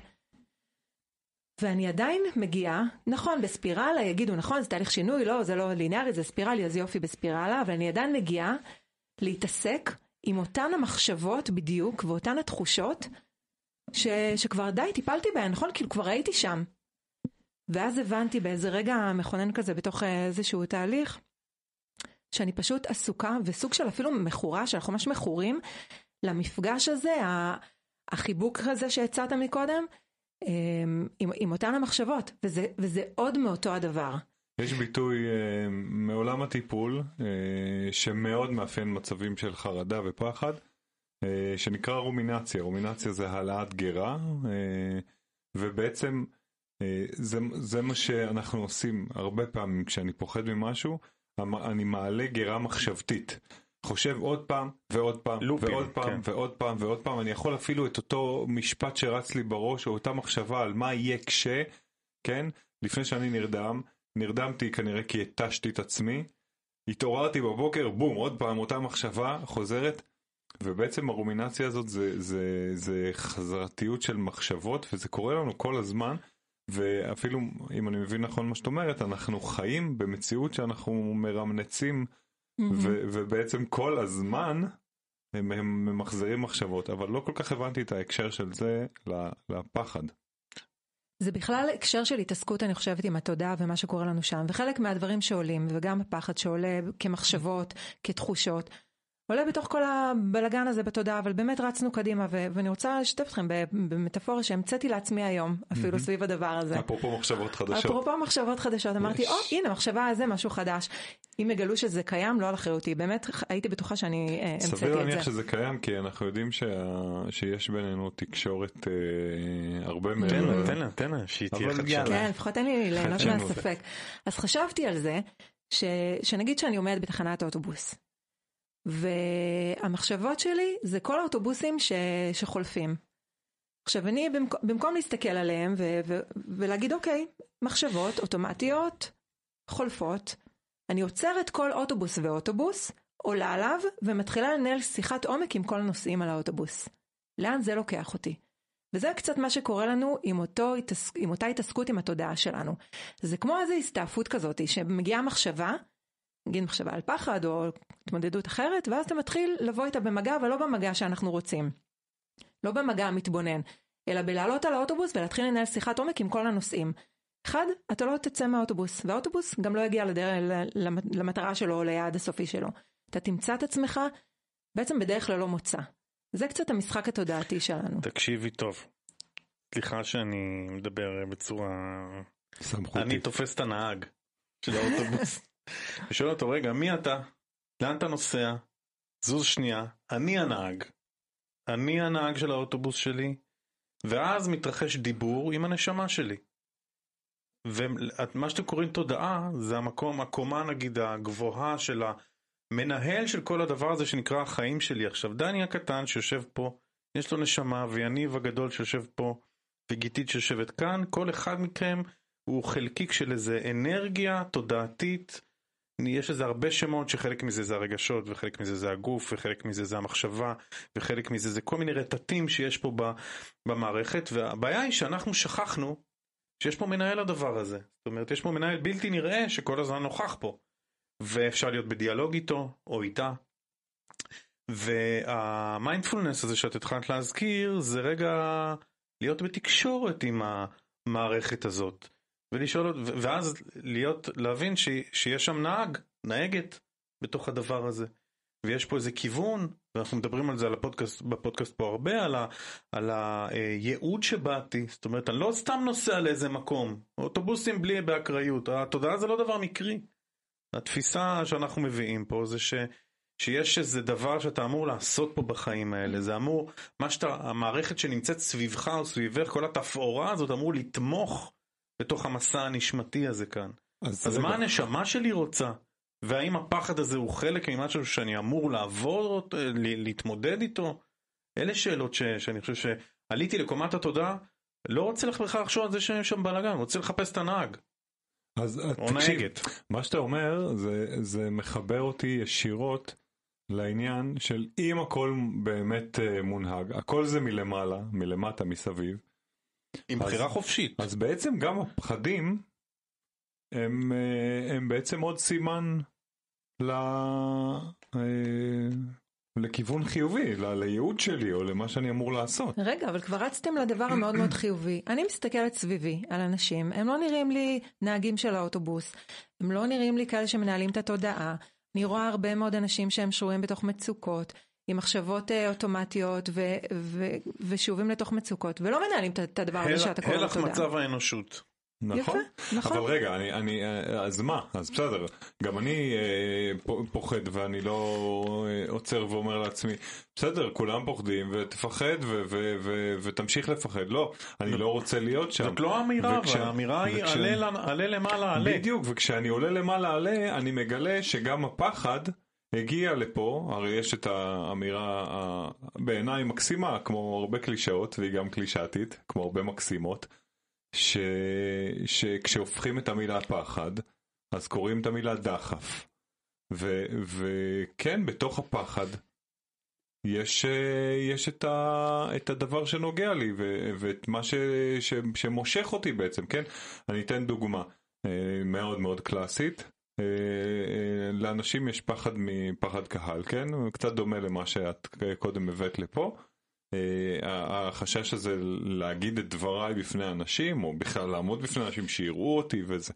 ואני עדיין מגיעה, נכון, בספירלה, יגידו, נכון, זה תהליך שינוי, לא, זה לא ליניארי, זה ספירלי, אז יופי בספירלה, אבל אני עדיין מגיעה להתעסק עם אותן המחשבות בדיוק ואותן התחושות ש, שכבר די טיפלתי בהן, נכון? כאילו כבר הייתי שם. ואז הבנתי באיזה רגע מכונן כזה בתוך איזשהו תהליך, שאני פשוט עסוקה, וסוג של אפילו מחורה, שאנחנו ממש מחורים, למפגש הזה, החיבוק הזה שהצעת מקודם, עם, עם אותן המחשבות, וזה, וזה עוד מאותו הדבר. יש ביטוי uh, מעולם הטיפול, uh, שמאוד מאפיין מצבים של חרדה ופחד, uh, שנקרא רומינציה. רומינציה זה העלאת גרה, uh, ובעצם uh, זה, זה מה שאנחנו עושים הרבה פעמים כשאני פוחד ממשהו, אני מעלה גרה מחשבתית. חושב עוד פעם ועוד פעם לופים, ועוד פעם כן. ועוד פעם ועוד פעם. אני יכול אפילו את אותו משפט שרץ לי בראש, או אותה מחשבה על מה יהיה כש, כן? לפני שאני נרדם, נרדמתי כנראה כי התשתי את עצמי, התעוררתי בבוקר, בום, עוד פעם אותה מחשבה חוזרת, ובעצם הרומינציה הזאת זה, זה, זה חזרתיות של מחשבות, וזה קורה לנו כל הזמן, ואפילו, אם אני מבין נכון מה שאת אומרת, אנחנו חיים במציאות שאנחנו מרמנצים, ו- ובעצם כל הזמן הם, הם ממחזרים מחשבות, אבל לא כל כך הבנתי את ההקשר של זה לפחד. זה בכלל הקשר של התעסקות, אני חושבת, עם התודעה ומה שקורה לנו שם, וחלק מהדברים שעולים, וגם הפחד שעולה כמחשבות, כתחושות, עולה בתוך כל הבלגן הזה בתודעה, אבל באמת רצנו קדימה, ו- ואני רוצה לשתף אתכם במטאפורה שהמצאתי לעצמי היום, אפילו סביב הדבר הזה. אפרופו מחשבות חדשות. אפרופו מחשבות חדשות, אמרתי, או, הנה, מחשבה הזה, משהו חדש. אם יגלו שזה קיים, לא על אחריותי. באמת הייתי בטוחה שאני המצאתי את זה. סביר להניח שזה קיים, כי אנחנו יודעים שיש בינינו תקשורת הרבה מאוד. תן לה, תן לה, תן לה, שהיא תהיה חדשנית. כן, לפחות אין לי ליהנות מהספק. אז חשבתי על זה, שנגיד שאני עומדת בתחנת האוטובוס. והמחשבות שלי זה כל האוטובוסים ש, שחולפים. עכשיו אני במקום, במקום להסתכל עליהם ו, ו, ולהגיד אוקיי, מחשבות אוטומטיות חולפות, אני עוצרת כל אוטובוס ואוטובוס, עולה עליו ומתחילה לנהל שיחת עומק עם כל הנוסעים על האוטובוס. לאן זה לוקח אותי? וזה קצת מה שקורה לנו עם, אותו, עם אותה התעסקות עם התודעה שלנו. זה כמו איזו הסתעפות כזאת שמגיעה מחשבה, נגיד מחשבה על פחד או התמודדות אחרת, ואז אתה מתחיל לבוא איתה במגע, אבל לא במגע שאנחנו רוצים. לא במגע המתבונן, אלא בלעלות על האוטובוס ולהתחיל לנהל שיחת עומק עם כל הנוסעים. אחד, אתה לא תצא מהאוטובוס, והאוטובוס גם לא יגיע לדרך, למטרה שלו או ליעד הסופי שלו. אתה תמצא את עצמך בעצם בדרך כלל לא מוצא. זה קצת המשחק התודעתי שלנו. תקשיבי טוב. סליחה שאני מדבר בצורה... סמכותית. אני תופס את הנהג של האוטובוס. ושואל אותו, רגע, מי אתה? לאן אתה נוסע? זוז שנייה. אני הנהג. אני הנהג של האוטובוס שלי. ואז מתרחש דיבור עם הנשמה שלי. ומה שאתם קוראים תודעה, זה המקום, הקומה נגיד הגבוהה של המנהל של כל הדבר הזה שנקרא החיים שלי. עכשיו, דני הקטן שיושב פה, יש לו נשמה, ויניב הגדול שיושב פה, וגיתית שיושבת כאן, כל אחד מכם הוא חלקיק של איזה אנרגיה תודעתית. יש איזה הרבה שמות שחלק מזה זה הרגשות, וחלק מזה זה הגוף, וחלק מזה זה המחשבה, וחלק מזה זה כל מיני רטטים שיש פה במערכת, והבעיה היא שאנחנו שכחנו שיש פה מנהל הדבר הזה. זאת אומרת, יש פה מנהל בלתי נראה שכל הזמן נוכח פה, ואפשר להיות בדיאלוג איתו או איתה. והמיינדפולנס הזה שאת התחלת להזכיר, זה רגע להיות בתקשורת עם המערכת הזאת. ולשאול, ואז להיות, להבין ש, שיש שם נהג, נהגת בתוך הדבר הזה. ויש פה איזה כיוון, ואנחנו מדברים על זה על הפודקאסט, בפודקאסט פה הרבה, על, ה, על הייעוד שבאתי. זאת אומרת, אני לא סתם נוסע לאיזה מקום. אוטובוסים בלי באקראיות. התודעה זה לא דבר מקרי. התפיסה שאנחנו מביאים פה זה ש, שיש איזה דבר שאתה אמור לעשות פה בחיים האלה. זה אמור, מה שאתה, המערכת שנמצאת סביבך או סביבך, כל התפאורה הזאת אמור לתמוך בתוך המסע הנשמתי הזה כאן. אז, אז מה הנשמה שלי רוצה? והאם הפחד הזה הוא חלק ממשהו שאני אמור לעבור, להתמודד איתו? אלה שאלות ש, שאני חושב שעליתי לקומת התודעה, לא רוצה לך בכלל לחשוב על זה שיש שם בלגן, רוצה לחפש את הנהג. אז תקשיב, מה שאתה אומר, זה, זה מחבר אותי ישירות לעניין של אם הכל באמת מונהג, הכל זה מלמעלה, מלמטה, מסביב, עם בחירה חופשית. אז בעצם גם הפחדים הם, הם בעצם עוד סימן ל, לכיוון חיובי, ל, לייעוד שלי או למה שאני אמור לעשות. רגע, אבל כבר רצתם לדבר המאוד מאוד חיובי. אני מסתכלת סביבי על אנשים, הם לא נראים לי נהגים של האוטובוס, הם לא נראים לי כאלה שמנהלים את התודעה. אני רואה הרבה מאוד אנשים שהם שרויים בתוך מצוקות, עם מחשבות אוטומטיות ו- ו- ושובים לתוך מצוקות, ולא מנהלים את הדבר הזה שאתה קורא לתודעה. הלך מצב האנושות. נכון? יפה, נכון. אבל רגע, אני, אני, אז מה? אז בסדר, גם אני אה, פוחד ואני לא אה, עוצר ואומר לעצמי, בסדר, כולם פוחדים ותפחד ו- ו- ו- ותמשיך לפחד. לא, אני לא רוצה להיות שם. זאת לא אמירה, וכש... האמירה היא וכש... עלה, עלה למעלה עלה. בדיוק, וכשאני עולה למעלה עלה, אני מגלה שגם הפחד הגיע לפה, הרי יש את האמירה בעיניי מקסימה, כמו הרבה קלישאות, והיא גם קלישאתית, כמו הרבה מקסימות, ש... שכשהופכים את המילה פחד, אז קוראים את המילה דחף. ו... וכן, בתוך הפחד, יש, יש את, ה... את הדבר שנוגע לי, ו... ואת מה ש... ש... שמושך אותי בעצם, כן? אני אתן דוגמה מאוד מאוד קלאסית. לאנשים יש פחד מפחד קהל, כן? קצת דומה למה שאת קודם הבאת לפה. החשש הזה להגיד את דבריי בפני אנשים, או בכלל לעמוד בפני אנשים שיראו אותי וזה.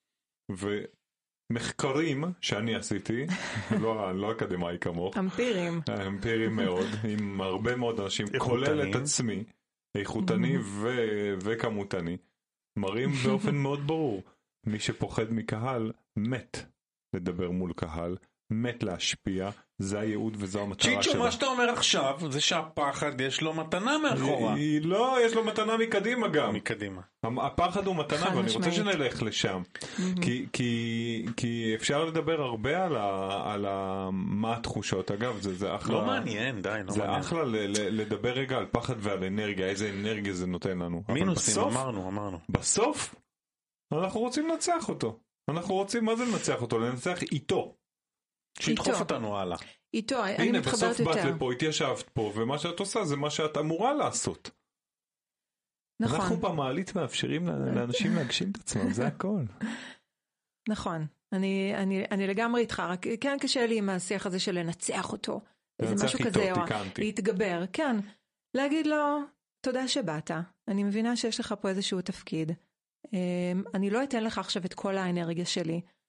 ומחקרים שאני עשיתי, לא, לא אקדמאי כמוך. אמפירים. אמפירים מאוד, עם הרבה מאוד אנשים, כולל את עצמי, איכותני ו- וכמותני, מראים באופן מאוד ברור. מי שפוחד מקהל, מת לדבר מול קהל, מת להשפיע, זה הייעוד וזו המטרה שלה. צ'יצ'ו, מה שאתה אומר עכשיו, זה שהפחד יש לו מתנה מאחורה. היא לא, יש לו מתנה מקדימה גם. מקדימה. הפחד הוא מתנה, ואני רוצה שנלך לשם. כי, כי, כי אפשר לדבר הרבה על, ה, על ה, מה התחושות. אגב, זה, זה אחלה. לא מעניין, די, לא זה מעניין. זה אחלה ל, ל, לדבר רגע על פחד ועל אנרגיה, איזה אנרגיה זה נותן לנו. מינוסים, בסוף, אמרנו, אמרנו. בסוף, אנחנו רוצים לנצח אותו. אנחנו רוצים, מה זה לנצח אותו? לנצח איתו. שידחוף אותנו הלאה. איתו, אני מתחברת יותר. הנה, בסוף באת לפה, התיישבת פה, ומה שאת עושה זה מה שאת אמורה לעשות. נכון. אנחנו במעלית מאפשרים לאנשים להגשים את עצמם, זה הכל. נכון. אני, אני, אני לגמרי איתך, רק כן קשה לי עם השיח הזה של לנצח אותו. איזה משהו כזה, או להתגבר. כן. להגיד לו, תודה שבאת. אני מבינה שיש לך פה איזשהו תפקיד. אני לא אתן לך עכשיו את כל האנרגיה שלי.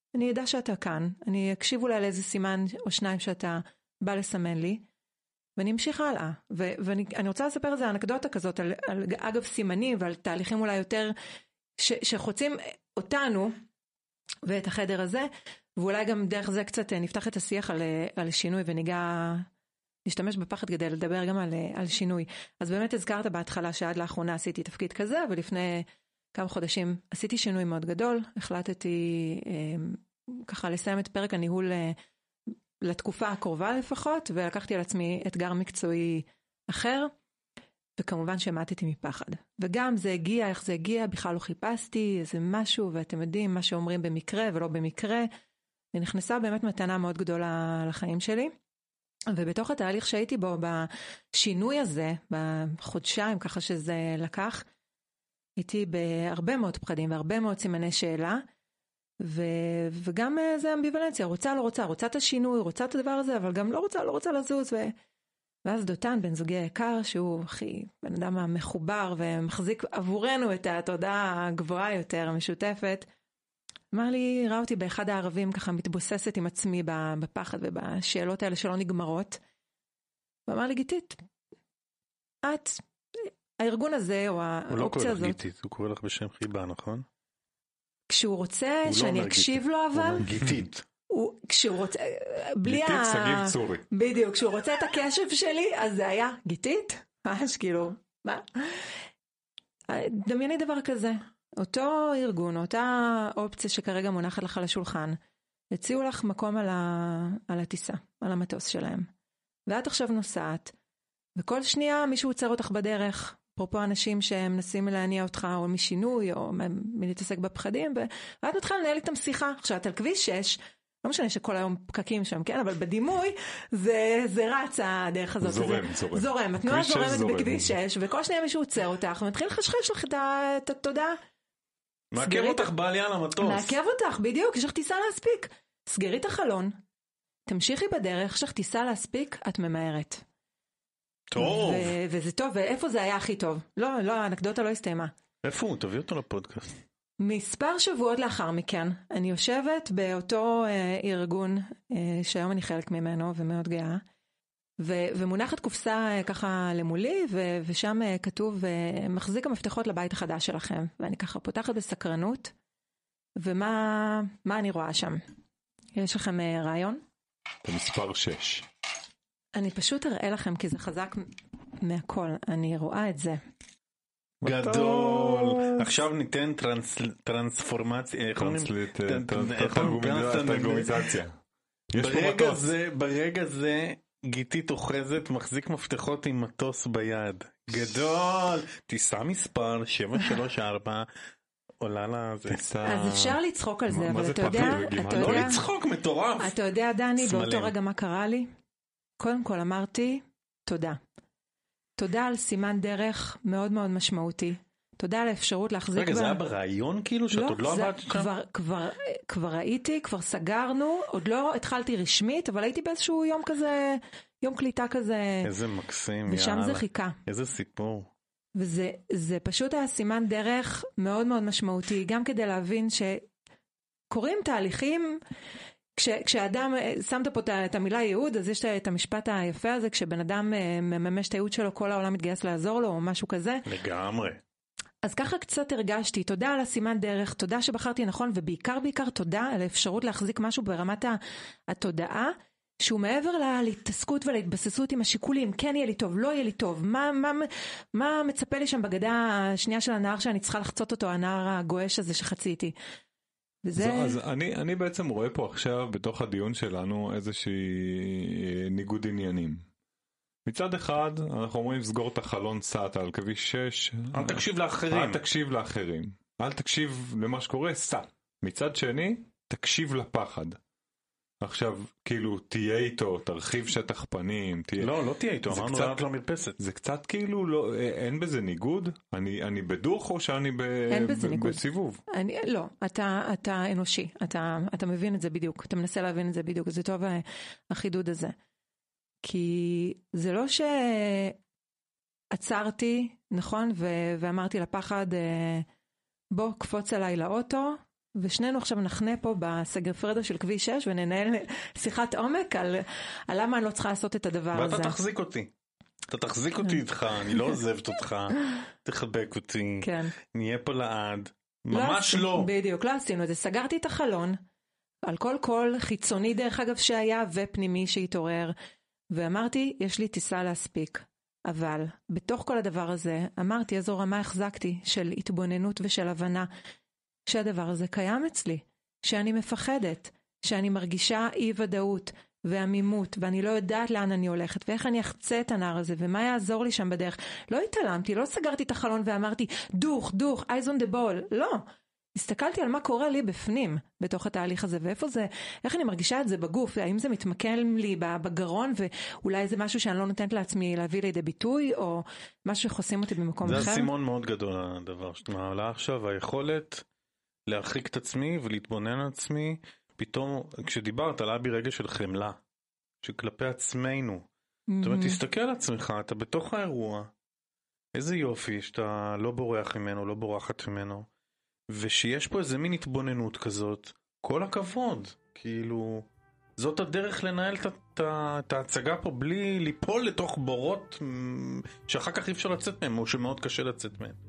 אני ידע שאתה כאן, אני אקשיב אולי לאיזה סימן או שניים שאתה בא לסמן לי, ואני אמשיך הלאה. ו- ואני אני רוצה לספר איזה אנקדוטה כזאת, על, על, אגב סימנים ועל תהליכים אולי יותר, ש- שחוצים אותנו, ואת החדר הזה, ואולי גם דרך זה קצת נפתח את השיח על, על שינוי, וניגע, נשתמש בפחד כדי לדבר גם על, על שינוי. אז באמת הזכרת בהתחלה שעד לאחרונה עשיתי תפקיד כזה, ולפני כמה חודשים עשיתי שינוי מאוד גדול, החלטתי אה, ככה לסיים את פרק הניהול אה, לתקופה הקרובה לפחות, ולקחתי על עצמי אתגר מקצועי אחר, וכמובן שמעטתי מפחד. וגם זה הגיע, איך זה הגיע, בכלל לא חיפשתי איזה משהו, ואתם יודעים מה שאומרים במקרה ולא במקרה, ונכנסה באמת מתנה מאוד גדולה לחיים שלי. ובתוך התהליך שהייתי בו, בשינוי הזה, בחודשיים ככה שזה לקח, הייתי בהרבה מאוד פחדים והרבה מאוד סימני שאלה, ו... וגם זה אמביוולנציה, רוצה לא רוצה, רוצה את השינוי, רוצה את הדבר הזה, אבל גם לא רוצה, לא רוצה לזוז. ו... ואז דותן, בן זוגי היקר, שהוא הכי בן אדם המחובר ומחזיק עבורנו את התודעה הגבוהה יותר, המשותפת, אמר לי, ראה אותי באחד הערבים ככה מתבוססת עם עצמי בפחד ובשאלות האלה שלא נגמרות, ואמר לי, גיטית, את, הארגון הזה או האופציה הזאת... הוא לא קורא לך גיטית, הוא קורא לך בשם חיבה, נכון? כשהוא רוצה שאני אקשיב לו אבל... הוא אומר גיטית. כשהוא רוצה... בלי ה... גיטית סגיב צורי. בדיוק, כשהוא רוצה את הקשב שלי, אז זה היה גיטית, ממש כאילו, מה? דמייני דבר כזה. אותו ארגון, אותה אופציה שכרגע מונחת לך על השולחן, הציעו לך מקום על, ה... על הטיסה, על המטוס שלהם. ואת עכשיו נוסעת, וכל שנייה מישהו עוצר אותך בדרך, אפרופו אנשים שמנסים להניע אותך או משינוי, או מלהתעסק בפחדים, ואת מתחילה לנהל איתם שיחה. עכשיו, את על כביש שש, לא משנה שכל היום פקקים שם, כן? אבל בדימוי, זה, זה רץ הדרך הזאת. זורם, זה, זורם. זורם. התנועה זורמת בכביש שש, וכל שנייה מישהו עוצר אותך, ומתחיל לחשחש לך את התודעה. מעכב אותך בעלייה למטוס. מעכב אותך, בדיוק, יש לך טיסה להספיק. סגרי את החלון, תמשיכי בדרך, יש לך טיסה להספיק, את ממהרת. טוב. ו- וזה טוב, ואיפה זה היה הכי טוב? לא, לא, האנקדוטה לא הסתיימה. איפה הוא? תביא אותו לפודקאסט. מספר שבועות לאחר מכן, אני יושבת באותו אה, ארגון, אה, שהיום אני חלק ממנו ומאוד גאה, ו- ומונחת קופסה אה, ככה למולי, ו- ושם אה, כתוב, אה, מחזיק המפתחות לבית החדש שלכם. ואני ככה פותחת בסקרנות, ומה מה אני רואה שם? יש לכם אה, רעיון? זה מספר שש. אני פשוט אראה לכם, כי זה חזק מהכל. אני רואה את זה. גדול. עכשיו ניתן טרנספורמציה. טרגומיזציה. ברגע זה גיטית אוחזת, מחזיק מפתחות עם מטוס ביד. גדול. טיסה מספר שבע שלוש ארבע. עולה לזה. אז אפשר לצחוק על זה, אבל אתה יודע... לא לצחוק, מטורף. אתה יודע, דני, באותו רגע מה קרה לי? קודם כל אמרתי, תודה. תודה על סימן דרך מאוד מאוד משמעותי. תודה על האפשרות להחזיק... רגע, זה היה ברעיון כאילו? שאת עוד לא עבדת שם? כבר ראיתי, כבר סגרנו, עוד לא התחלתי רשמית, אבל הייתי באיזשהו יום כזה, יום קליטה כזה. איזה מקסים, ושם זה חיכה. איזה סיפור. וזה זה פשוט היה סימן דרך מאוד מאוד משמעותי, גם כדי להבין שקורים תהליכים... כש, כשאדם, שמת פה את המילה ייעוד, אז יש את המשפט היפה הזה, כשבן אדם מממש את הייעוד שלו, כל העולם מתגייס לעזור לו, או משהו כזה. לגמרי. אז ככה קצת הרגשתי, תודה על הסימן דרך, תודה שבחרתי נכון, ובעיקר בעיקר תודה על האפשרות להחזיק משהו ברמת התודעה, שהוא מעבר להתעסקות ולהתבססות עם השיקולים, כן יהיה לי טוב, לא יהיה לי טוב, מה, מה, מה מצפה לי שם בגדה השנייה של הנהר שאני צריכה לחצות אותו, הנהר הגואש הזה שחציתי. וזה... אז אני, אני בעצם רואה פה עכשיו בתוך הדיון שלנו איזושהי ניגוד עניינים. מצד אחד אנחנו אומרים סגור את החלון סעת על כביש שש. אל תקשיב לאחרים. אל תקשיב לאחרים. אל תקשיב למה שקורה, סע. מצד שני, תקשיב לפחד. עכשיו, כאילו, תהיה איתו, תרחיב שטח פנים. תהיה... לא, לא תהיה איתו, אמרנו רק למרפסת. זה קצת כאילו, לא, אין בזה ניגוד? אני, אני בדוח או שאני ב... אין בזה ב... ניגוד. בסיבוב? אני, לא, אתה, אתה אנושי, אתה, אתה מבין את זה בדיוק, אתה מנסה להבין את זה בדיוק, זה טוב החידוד הזה. כי זה לא שעצרתי, נכון, ו... ואמרתי לפחד, בוא, קפוץ עליי לאוטו, ושנינו עכשיו נחנה פה בסגר פרדו של כביש שש, וננהל שיחת עומק על, על למה אני לא צריכה לעשות את הדבר ואתה הזה. ואתה תחזיק אותי. אתה תחזיק אותי איתך, אני לא עוזבת אותך, תחבק אותי, כן. נהיה פה לעד. ממש לא, לא. בדיוק, לא עשינו את זה. סגרתי את החלון, על כל קול חיצוני דרך אגב שהיה, ופנימי שהתעורר, ואמרתי, יש לי טיסה להספיק. אבל בתוך כל הדבר הזה, אמרתי, איזו רמה החזקתי של התבוננות ושל הבנה, שהדבר הזה קיים אצלי, שאני מפחדת, שאני מרגישה אי ודאות ועמימות, ואני לא יודעת לאן אני הולכת, ואיך אני אחצה את הנער הזה, ומה יעזור לי שם בדרך. לא התעלמתי, לא סגרתי את החלון ואמרתי, דוך, דוך, eyes on the ball, לא. הסתכלתי על מה קורה לי בפנים, בתוך התהליך הזה, ואיפה זה, איך אני מרגישה את זה בגוף, האם זה מתמקם לי בגרון, ואולי זה משהו שאני לא נותנת לעצמי להביא לידי ביטוי, או משהו שחוסים אותי במקום אחר. זה הסימון מאוד גדול, הדבר שאת מעלה עכשיו, היכולת להרחיק את עצמי ולהתבונן על עצמי, פתאום, כשדיברת, עלה בי רגע של חמלה, שכלפי עצמנו, זאת אומרת, תסתכל על עצמך, אתה בתוך האירוע, איזה יופי שאתה לא בורח ממנו, לא בורחת ממנו, ושיש פה איזה מין התבוננות כזאת, כל הכבוד, כאילו, זאת הדרך לנהל את ההצגה פה בלי ליפול לתוך בורות שאחר כך אי אפשר לצאת מהם, או שמאוד קשה לצאת מהם.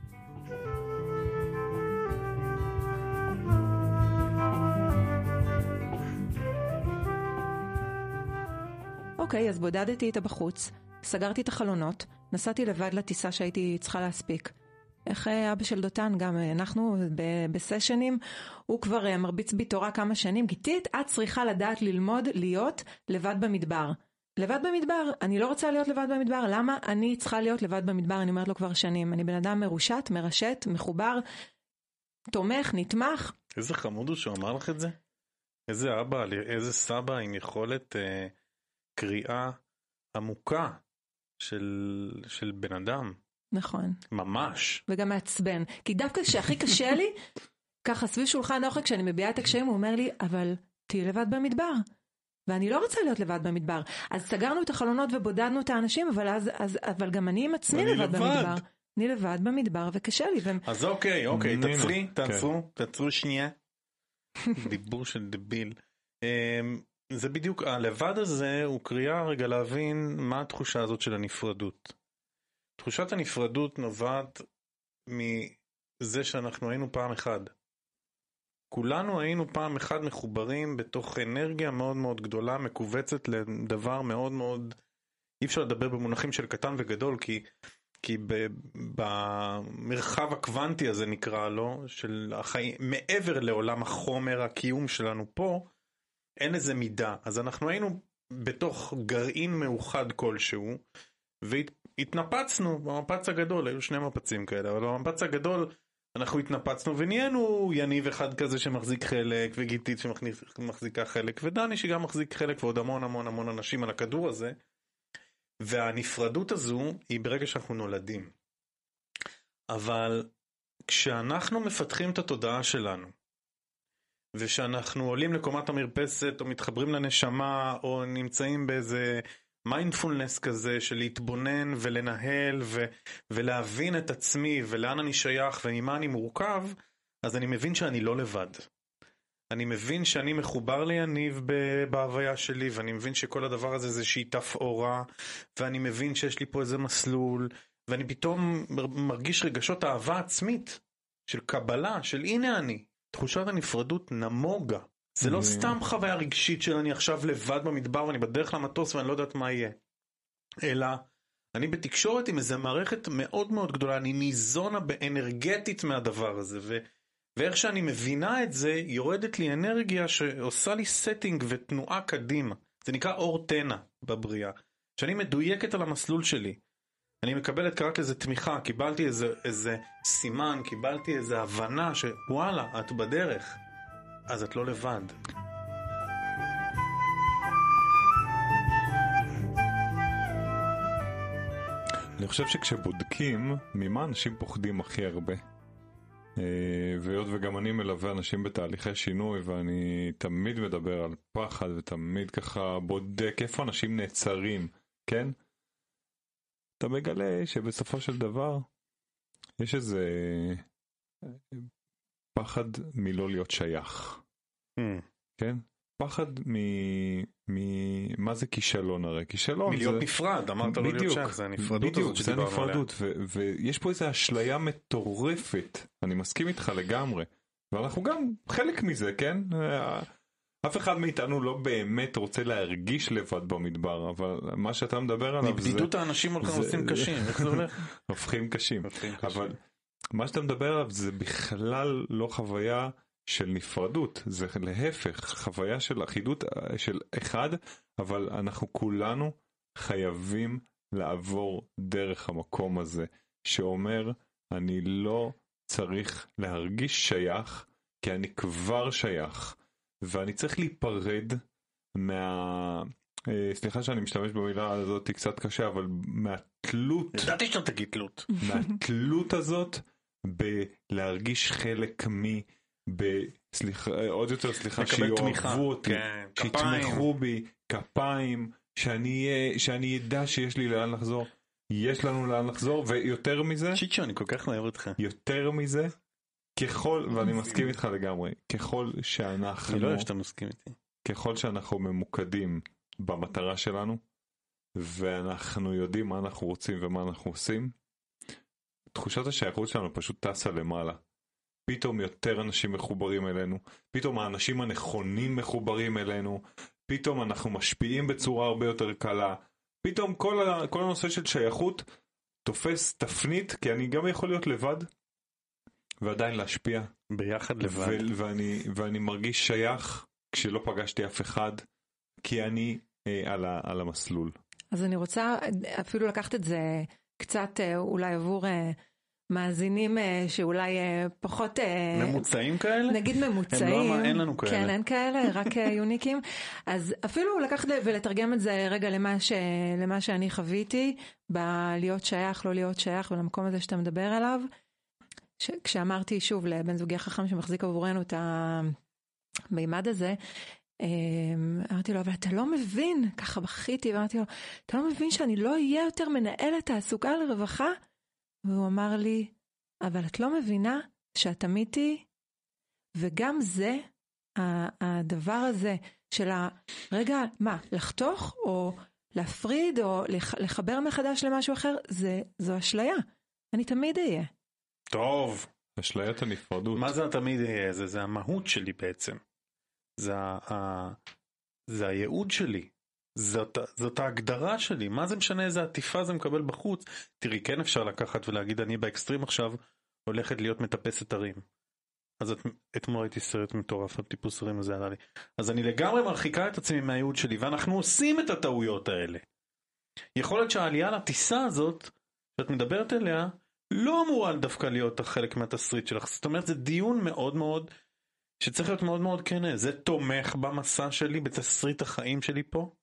אוקיי, אז בודדתי איתה בחוץ, סגרתי את החלונות, נסעתי לבד לטיסה שהייתי צריכה להספיק. איך אבא של דותן, גם אנחנו בסשנים, הוא כבר מרביץ בי תורה כמה שנים, גיתית, את צריכה לדעת ללמוד להיות לבד במדבר. לבד במדבר, אני לא רוצה להיות לבד במדבר, למה אני צריכה להיות לבד במדבר? אני אומרת לו כבר שנים, אני בן אדם מרושת, מרשת, מחובר, תומך, נתמך. איזה חמוד הוא שהוא אמר לך את זה? איזה אבא, איזה סבא עם יכולת אה, קריאה עמוקה של, של בן אדם. נכון. ממש. וגם מעצבן. כי דווקא שהכי קשה לי, ככה סביב שולחן אוכל, כשאני מביאה את הקשיים, הוא אומר לי, אבל תהי לבד במדבר. ואני לא רוצה להיות לבד במדבר. אז סגרנו את החלונות ובודדנו את האנשים, אבל, אז, אז, אבל גם אני עם עצמי לבד, לבד במדבר. אני לבד במדבר וקשה לי. ו... אז אוקיי, אוקיי, תעצרי, תעצרו, תעצרו שנייה. דיבור של דביל. זה בדיוק, הלבד הזה הוא קריאה רגע להבין מה התחושה הזאת של הנפרדות. תחושת הנפרדות נובעת מזה שאנחנו היינו פעם אחד. כולנו היינו פעם אחד מחוברים בתוך אנרגיה מאוד מאוד גדולה, מקובצת לדבר מאוד מאוד, אי אפשר לדבר במונחים של קטן וגדול, כי, כי ב, במרחב הקוונטי הזה נקרא לו, של החיים, מעבר לעולם החומר, הקיום שלנו פה, אין איזה מידה. אז אנחנו היינו בתוך גרעין מאוחד כלשהו, והתנפצנו במפץ הגדול, היו שני מפצים כאלה, אבל במפץ הגדול אנחנו התנפצנו ונהיינו יניב אחד כזה שמחזיק חלק, וגיתית שמחזיקה חלק, ודני שגם מחזיק חלק, ועוד המון המון המון אנשים על הכדור הזה, והנפרדות הזו היא ברגע שאנחנו נולדים. אבל כשאנחנו מפתחים את התודעה שלנו, ושאנחנו עולים לקומת המרפסת, או מתחברים לנשמה, או נמצאים באיזה מיינדפולנס כזה, של להתבונן ולנהל, ו- ולהבין את עצמי, ולאן אני שייך, וממה אני מורכב, אז אני מבין שאני לא לבד. אני מבין שאני מחובר ליניב בהוויה שלי, ואני מבין שכל הדבר הזה זה איזושהי תפאורה, ואני מבין שיש לי פה איזה מסלול, ואני פתאום מרגיש רגשות אהבה עצמית, של קבלה, של הנה אני. תחושת הנפרדות נמוגה. זה לא סתם חוויה רגשית של אני עכשיו לבד במדבר ואני בדרך למטוס ואני לא יודעת מה יהיה. אלא אני בתקשורת עם איזו מערכת מאוד מאוד גדולה, אני ניזונה באנרגטית מהדבר הזה, ו- ואיך שאני מבינה את זה, יורדת לי אנרגיה שעושה לי סטינג ותנועה קדימה. זה נקרא אור תנע בבריאה. שאני מדויקת על המסלול שלי. אני מקבלת רק איזו תמיכה, קיבלתי איזה, איזה סימן, קיבלתי איזו הבנה שוואלה, את בדרך. אז את לא לבד. אני חושב שכשבודקים, ממה אנשים פוחדים הכי הרבה? והיות וגם אני מלווה אנשים בתהליכי שינוי, ואני תמיד מדבר על פחד, ותמיד ככה בודק איפה אנשים נעצרים, כן? אתה מגלה שבסופו של דבר יש איזה פחד מלא להיות שייך. Mm. כן? פחד מ... מ... מה זה כישלון הרי? כישלון מלהיות זה... נפרד, אמרת לא להיות שייך, זה הנפרדות הזאת שדיברנו עליה. בדיוק, זה הנפרדות, ו... ויש פה איזו אשליה מטורפת, אני מסכים איתך לגמרי, ואנחנו גם חלק מזה, כן? אף אחד מאיתנו לא באמת רוצה להרגיש לבד במדבר, אבל מה שאתה מדבר עליו זה... מבדידות האנשים הולכים עושים קשים, איך זה הולך? הופכים קשים, אבל מה שאתה מדבר עליו זה בכלל לא חוויה של נפרדות, זה להפך, חוויה של אחידות של אחד, אבל אנחנו כולנו חייבים לעבור דרך המקום הזה, שאומר, אני לא צריך להרגיש שייך, כי אני כבר שייך, ואני צריך להיפרד מה... סליחה שאני משתמש במילה הזאת קצת קשה, אבל מהתלות... ידעתי שאתה תגיד תלות. מהתלות הזאת בלהרגיש חלק מי... בסליחה, עוד יותר סליחה, שיאהבו אותי, כן, שיתמכו בי, כפיים, שאני, שאני ידע שיש לי לאן לחזור, יש לנו לאן לחזור, ויותר מזה, צ'יצ'ו, אני כל כך אוהב אותך. יותר מזה, ככל, ואני מסכים איתך לגמרי, ככל שאנחנו, אני לא אוהב שאתה מסכים איתי. ככל שאנחנו ממוקדים במטרה שלנו, ואנחנו יודעים מה אנחנו רוצים ומה אנחנו עושים, תחושת השייכות שלנו פשוט טסה למעלה. פתאום יותר אנשים מחוברים אלינו, פתאום האנשים הנכונים מחוברים אלינו, פתאום אנחנו משפיעים בצורה הרבה יותר קלה, פתאום כל, ה, כל הנושא של שייכות תופס תפנית, כי אני גם יכול להיות לבד, ועדיין להשפיע. ביחד לבד. ו- ואני, ואני מרגיש שייך כשלא פגשתי אף אחד, כי אני אה, על, ה, על המסלול. אז אני רוצה אפילו לקחת את זה קצת אה, אולי עבור... אה... מאזינים שאולי פחות... ממוצעים כאלה? נגיד ממוצעים. לא, אין לנו כאלה. כן, אין כאלה, רק יוניקים. אז אפילו לקחת ולתרגם את זה רגע למה, ש... למה שאני חוויתי, בלהיות שייך, לא להיות שייך, ולמקום הזה שאתה מדבר עליו. ש... כשאמרתי שוב לבן זוגי החכם שמחזיק עבורנו את המימד הזה, אמרתי לו, אבל אתה לא מבין, ככה בכיתי, ואמרתי לו, אתה לא מבין שאני לא אהיה יותר מנהלת תעסוקה לרווחה? והוא אמר לי, אבל את לא מבינה שאת תמיד תהי, וגם זה, הדבר הזה של הרגע, מה, לחתוך או להפריד או לחבר מחדש למשהו אחר, זה, זו אשליה. אני תמיד אהיה. טוב. אשליית הנפרדות. מה זה תמיד אהיה? זה, זה המהות שלי בעצם. זה, ה, זה הייעוד שלי. זאת, זאת ההגדרה שלי. מה זה משנה איזה עטיפה זה מקבל בחוץ? תראי, כן אפשר לקחת ולהגיד, אני באקסטרים עכשיו הולכת להיות מטפסת הרים. אז את, אתמול הייתי סרט מטורף על טיפוס הרים, וזה עלה לי. אז אני לגמרי מרחיקה את עצמי מהייעוד שלי, ואנחנו עושים את הטעויות האלה. יכול להיות שהעלייה לטיסה הזאת, שאת מדברת אליה, לא אמורה דווקא להיות חלק מהתסריט שלך. זאת אומרת, זה דיון מאוד מאוד, שצריך להיות מאוד מאוד כנה. זה תומך במסע שלי, בתסריט החיים שלי פה.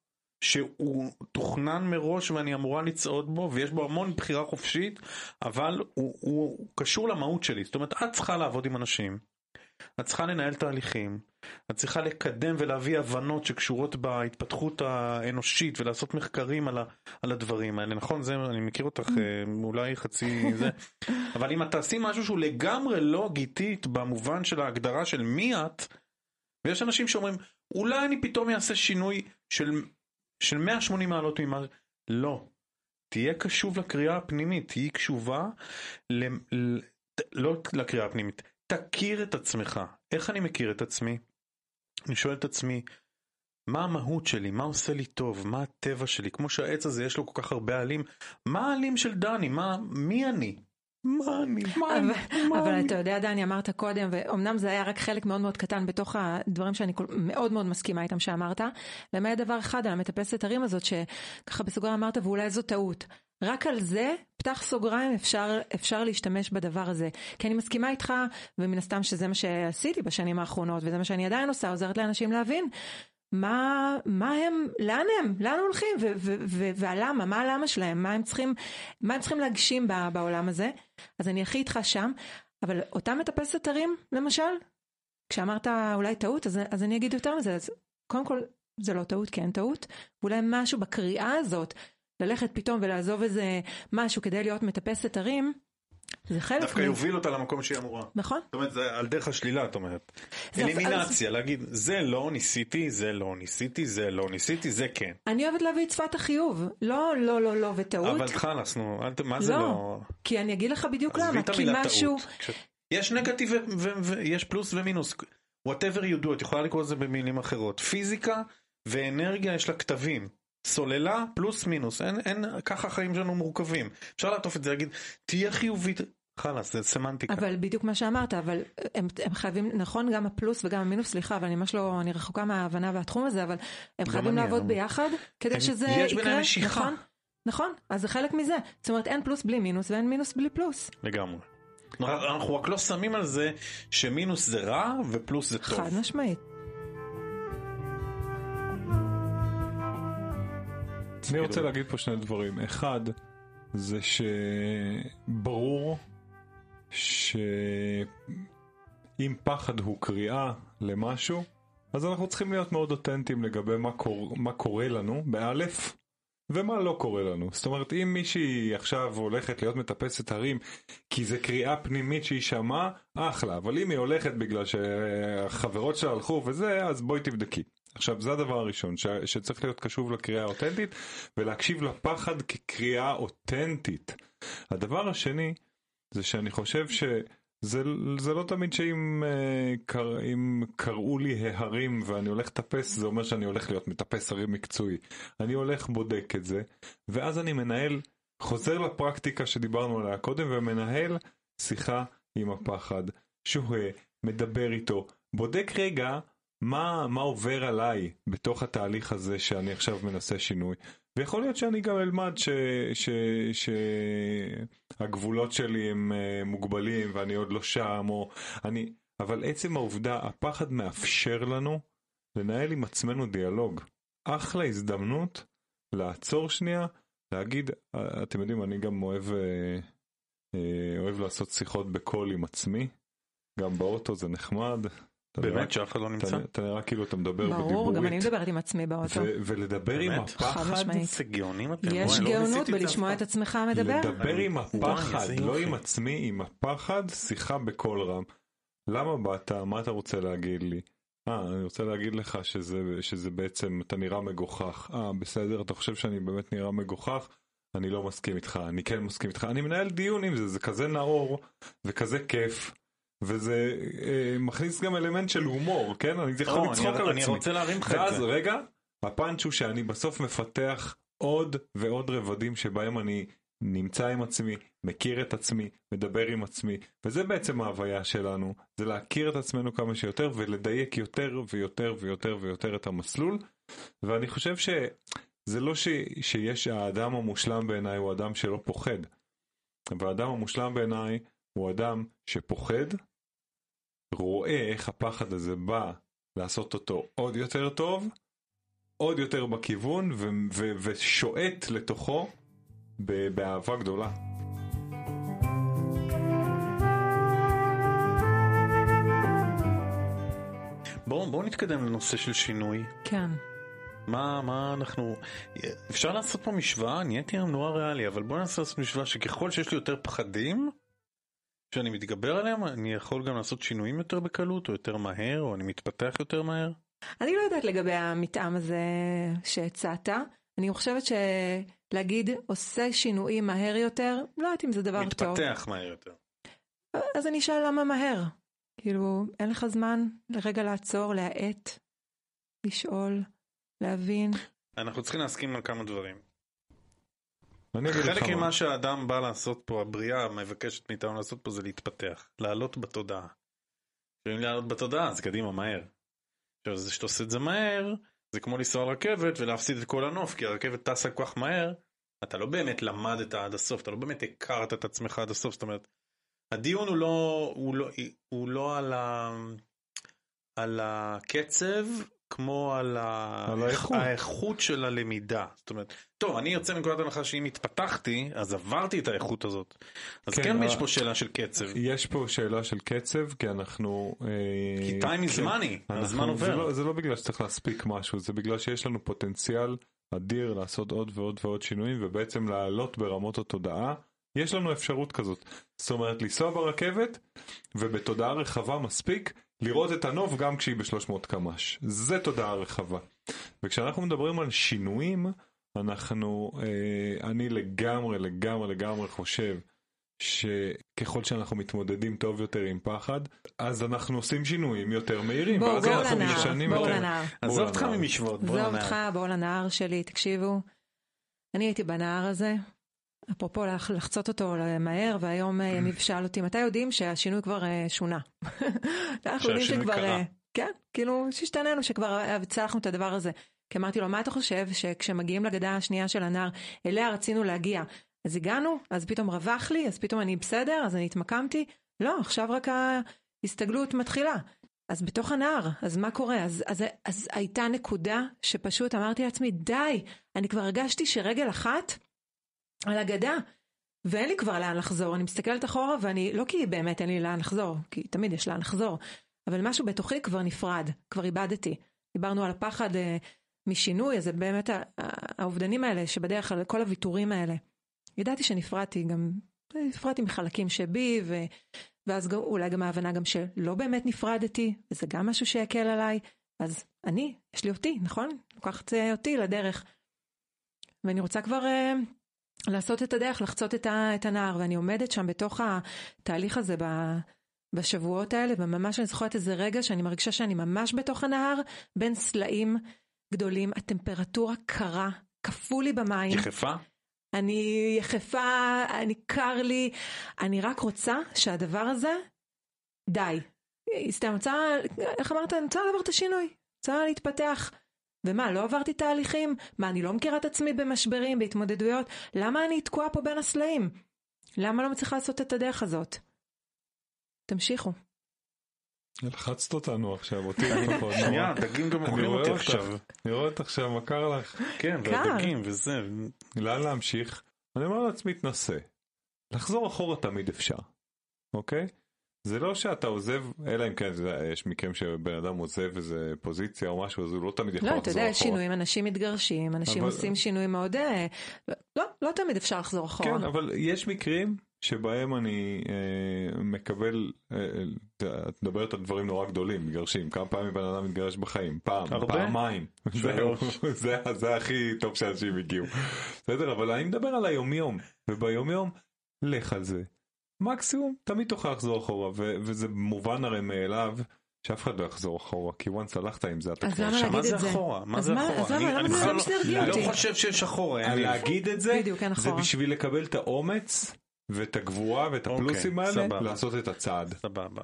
שהוא תוכנן מראש ואני אמורה לצעוד בו, ויש בו המון בחירה חופשית, אבל הוא, הוא, הוא קשור למהות שלי. זאת אומרת, את צריכה לעבוד עם אנשים, את צריכה לנהל תהליכים, את צריכה לקדם ולהביא הבנות שקשורות בהתפתחות האנושית, ולעשות מחקרים על, ה, על הדברים האלה. נכון, זה, אני מכיר אותך אולי חצי זה, אבל אם את תעשי משהו שהוא לגמרי לא גיטית, במובן של ההגדרה של מי את, ויש אנשים שאומרים, אולי אני פתאום אעשה שינוי של... של מאה ושמונים מעלות ממה, לא. תהיה קשוב לקריאה הפנימית, תהיה קשובה, ל... ל... לא לקריאה הפנימית, תכיר את עצמך. איך אני מכיר את עצמי? אני שואל את עצמי, מה המהות שלי? מה עושה לי טוב? מה הטבע שלי? כמו שהעץ הזה יש לו כל כך הרבה עלים, מה העלים של דני? מה... מי אני? מה אני? מה אני? אבל אתה יודע, דני, אמרת קודם, ואומנם זה היה רק חלק מאוד מאוד קטן בתוך הדברים שאני מאוד מאוד מסכימה איתם שאמרת, למעט דבר אחד, על המטפסת הרים הזאת, שככה בסוגריים אמרת, ואולי זו טעות. רק על זה, פתח סוגריים, אפשר, אפשר להשתמש בדבר הזה. כי אני מסכימה איתך, ומן הסתם שזה מה שעשיתי בשנים האחרונות, וזה מה שאני עדיין עושה, עוזרת לאנשים להבין, מה, מה הם, לאן הם, לאן הולכים, ו- ו- ו- והלמה, מה הלמה שלהם, מה הם צריכים, מה הם צריכים להגשים בעולם הזה. אז אני הכי איתך שם, אבל אותם מטפסת הרים, למשל, כשאמרת אולי טעות, אז, אז אני אגיד יותר מזה, אז קודם כל, זה לא טעות, כי אין טעות, ואולי משהו בקריאה הזאת, ללכת פתאום ולעזוב איזה משהו כדי להיות מטפסת הרים, דווקא יוביל אותה למקום שהיא אמורה. נכון. זאת אומרת, זה על דרך השלילה, את אומרת. אלימינציה, להגיד, זה לא ניסיתי, זה לא ניסיתי, זה לא ניסיתי, זה כן. אני אוהבת להביא את שפת החיוב. לא, לא, לא, לא, וטעות. אבל חלס, נו, מה זה לא? כי אני אגיד לך בדיוק למה. כי משהו... יש נגטיב ויש פלוס ומינוס. whatever you do, את יכולה לקרוא את זה במילים אחרות. פיזיקה ואנרגיה יש לה כתבים. סוללה פלוס מינוס. אין, אין, ככה החיים שלנו מורכבים. אפשר לעטוף את זה, להגיד, תהיה חיובית. חלס, זה סמנטיקה. אבל בדיוק מה שאמרת, אבל הם, הם חייבים, נכון, גם הפלוס וגם המינוס, סליחה, אבל אני ממש לא, אני רחוקה מההבנה והתחום הזה, אבל הם חייבים אני, לעבוד אני... ביחד, כדי הם, שזה יש יקרה. ביניהם משיכה. נכון, נכון, אז זה חלק מזה. זאת אומרת, אין פלוס בלי מינוס, ואין מינוס בלי פלוס. לגמרי. אנחנו רק לא שמים על זה שמינוס זה רע ופלוס זה טוב. חד משמעית. אני רוצה להגיד פה שני דברים. אחד, זה שברור שאם פחד הוא קריאה למשהו, אז אנחנו צריכים להיות מאוד אותנטיים לגבי מה, קור... מה קורה לנו, באלף, ומה לא קורה לנו. זאת אומרת, אם מישהי עכשיו הולכת להיות מטפסת הרים, כי זה קריאה פנימית שהיא שמעה, אחלה. אבל אם היא הולכת בגלל שהחברות שלה הלכו וזה, אז בואי תבדקי. עכשיו, זה הדבר הראשון, ש... שצריך להיות קשוב לקריאה האותנטית, ולהקשיב לפחד כקריאה אותנטית. הדבר השני, זה שאני חושב שזה זה לא תמיד שאם קר... אם קראו לי ההרים ואני הולך לטפס, זה אומר שאני הולך להיות מטפס הרים מקצועי. אני הולך בודק את זה, ואז אני מנהל, חוזר לפרקטיקה שדיברנו עליה קודם, ומנהל שיחה עם הפחד, שוהה, מדבר איתו, בודק רגע, מה, מה עובר עליי בתוך התהליך הזה שאני עכשיו מנסה שינוי. ויכול להיות שאני גם אלמד ש, ש, שהגבולות שלי הם מוגבלים ואני עוד לא שם, או אני, אבל עצם העובדה, הפחד מאפשר לנו לנהל עם עצמנו דיאלוג. אחלה הזדמנות לעצור שנייה, להגיד, אתם יודעים, אני גם אוהב, אוהב לעשות שיחות בקול עם עצמי, גם באוטו זה נחמד. באמת שאף אחד לא נמצא? אתה נראה כאילו אתה מדבר בדיבורית. ברור, גם אני מדברת עם עצמי באוטו. ולדבר עם הפחד. זה גאונים אתם. יש גאונות בלשמוע את עצמך מדבר. לדבר עם הפחד, לא עם עצמי, עם הפחד, שיחה בקול רם. למה באת? מה אתה רוצה להגיד לי? אה, אני רוצה להגיד לך שזה בעצם, אתה נראה מגוחך. אה, בסדר, אתה חושב שאני באמת נראה מגוחך? אני לא מסכים איתך, אני כן מסכים איתך. אני מנהל דיון עם זה, זה כזה נאור וכזה כיף. וזה אה, מכניס גם אלמנט של הומור, כן? אני יכול לצחוק על עצמי. אני רוצה להרים לך את זה. ואז רגע, הפאנץ' הוא שאני בסוף מפתח עוד ועוד רבדים שבהם אני נמצא עם עצמי, מכיר את עצמי, מדבר עם עצמי, וזה בעצם ההוויה שלנו, זה להכיר את עצמנו כמה שיותר ולדייק יותר ויותר ויותר ויותר את המסלול, ואני חושב שזה לא ש... שיש האדם המושלם בעיניי הוא אדם שלא פוחד, והאדם המושלם בעיניי הוא אדם שפוחד, רואה איך הפחד הזה בא לעשות אותו עוד יותר טוב, עוד יותר בכיוון, ו- ו- ושואט לתוכו באהבה גדולה. בואו בוא נתקדם לנושא של שינוי. כן. מה, מה אנחנו... אפשר לעשות פה משוואה, נהייתי נורא ריאלי, אבל בואו נעשה משוואה שככל שיש לי יותר פחדים, שאני מתגבר עליהם, אני יכול גם לעשות שינויים יותר בקלות, או יותר מהר, או אני מתפתח יותר מהר? אני לא יודעת לגבי המטעם הזה שהצעת. אני חושבת שלהגיד עושה שינויים מהר יותר, לא יודעת אם זה דבר מתפתח טוב. מתפתח מהר יותר. אז אני אשאל למה מהר. כאילו, אין לך זמן לרגע לעצור, להעט, לשאול, להבין. אנחנו צריכים להסכים על כמה דברים. חלק ממה שהאדם בא לעשות פה, הבריאה מבקשת מאיתנו לעשות פה, זה להתפתח, לעלות בתודעה. אם לעלות בתודעה, אז קדימה מהר. עכשיו, זה שאתה עושה את זה מהר, זה כמו לנסוע על רכבת ולהפסיד את כל הנוף, כי הרכבת טסה כל כך מהר, אתה לא באמת למדת עד הסוף, אתה לא באמת הכרת את עצמך עד הסוף, זאת אומרת, הדיון הוא לא, הוא לא, הוא לא על, ה, על הקצב, כמו על, על האיכות. האיכות של הלמידה. זאת אומרת, טוב, אני יוצא מנקודת הנחה שאם התפתחתי, אז עברתי את האיכות הזאת. אז כן, כן יש פה שאלה של קצב. יש פה שאלה של קצב, כי אנחנו... כי time is money, הזמן עובר. זה לא, זה לא בגלל שצריך להספיק משהו, זה בגלל שיש לנו פוטנציאל אדיר לעשות עוד ועוד ועוד שינויים, ובעצם לעלות ברמות התודעה יש לנו אפשרות כזאת. זאת אומרת, לנסוע ברכבת, ובתודעה רחבה מספיק, לראות את הנוף גם כשהיא ב-שלוש מאות קמ"ש. זה תודעה רחבה. וכשאנחנו מדברים על שינויים, אנחנו, אה, אני לגמרי, לגמרי, לגמרי חושב, שככל שאנחנו מתמודדים טוב יותר עם פחד, אז אנחנו עושים שינויים יותר מהירים. בואו לנער, בואו לנער. עזוב אותך ממשוואות, בואו לנער. עזוב אותך, בואו לנער שלי, תקשיבו. אני הייתי בנער הזה, אפרופו לחצות אותו מהר, והיום יניב שאל אותי, מתי יודעים שהשינוי כבר שונה? אנחנו יודעים שכבר, כן, כאילו שהשתננו, שכבר צלחנו את הדבר הזה. כי אמרתי לו, מה אתה חושב שכשמגיעים לגדה השנייה של הנער, אליה רצינו להגיע, אז הגענו, אז פתאום רווח לי, אז פתאום אני בסדר, אז אני התמקמתי. לא, עכשיו רק ההסתגלות מתחילה. אז בתוך הנער, אז מה קורה? אז, אז, אז הייתה נקודה שפשוט אמרתי לעצמי, די, אני כבר הרגשתי שרגל אחת על הגדה, ואין לי כבר לאן לחזור. אני מסתכלת אחורה, ואני, לא כי באמת אין לי לאן לחזור, כי תמיד יש לאן לחזור, אבל משהו בתוכי כבר נפרד, כבר איבדתי. דיברנו על הפחד אה, משינוי, אז זה באמת האובדנים האלה, שבדרך כלל כל הוויתורים האלה. ידעתי שנפרדתי, גם נפרדתי מחלקים שבי, ו... ואז גם, אולי גם ההבנה גם שלא באמת נפרדתי, וזה גם משהו שיקל עליי, אז אני, יש לי אותי, נכון? לוקחת אותי לדרך. ואני רוצה כבר uh, לעשות את הדרך, לחצות את, ה, את הנער, ואני עומדת שם בתוך התהליך הזה ב, בשבועות האלה, וממש אני זוכרת איזה רגע שאני מרגישה שאני ממש בתוך הנער, בין סלעים גדולים, הטמפרטורה קרה, כפו לי במים. יחפה? אני יחפה, אני קר לי, אני רק רוצה שהדבר הזה, די. סתם, רוצה, איך אמרת, אני רוצה לעבור את השינוי, רוצה להתפתח. ומה, לא עברתי תהליכים? מה, אני לא מכירה את עצמי במשברים, בהתמודדויות? למה אני תקועה פה בין הסלעים? למה לא מצליחה לעשות את הדרך הזאת? תמשיכו. לחצת אותנו עכשיו, אותי לפחות. שנייה, דגים גם אוכלים אותי עכשיו. אני רואה אותך עכשיו, מה קרה לך? כן, והדגים וזה. לאן להמשיך? אני אומר לעצמי, תנסה. לחזור אחורה תמיד אפשר. אוקיי? זה לא שאתה עוזב, אלא אם כן, יש מקרים שבן אדם עוזב איזה פוזיציה או משהו, אז הוא לא תמיד יכול לחזור אחורה. לא, אתה יודע, שינויים, אנשים מתגרשים, אנשים עושים שינויים מאוד... לא, לא תמיד אפשר לחזור אחורה. כן, אבל יש מקרים שבהם אני אה, מקבל, אה, את מדברת על דברים נורא גדולים, מתגרשים, כמה פעמים בן אדם מתגרש בחיים, פעם, הרבה? פעמיים, זהו, זה, זה הכי טוב שאנשים הגיעו, בסדר, אבל אני מדבר על היומיום, וביומיום, לך על זה, מקסימום, תמיד תוכל לחזור אחורה, ו- וזה מובן הרי מאליו, שאף אחד לא יחזור אחורה, כי once הלכת עם זה, אתה כבר שם. מה זה אחורה? מה זה אחורה? אני לא חושב שיש אחורה. להגיד את זה, זה בשביל לקבל את האומץ, ואת הגבורה ואת הפלוסים האלה, לעשות את הצעד. סבבה.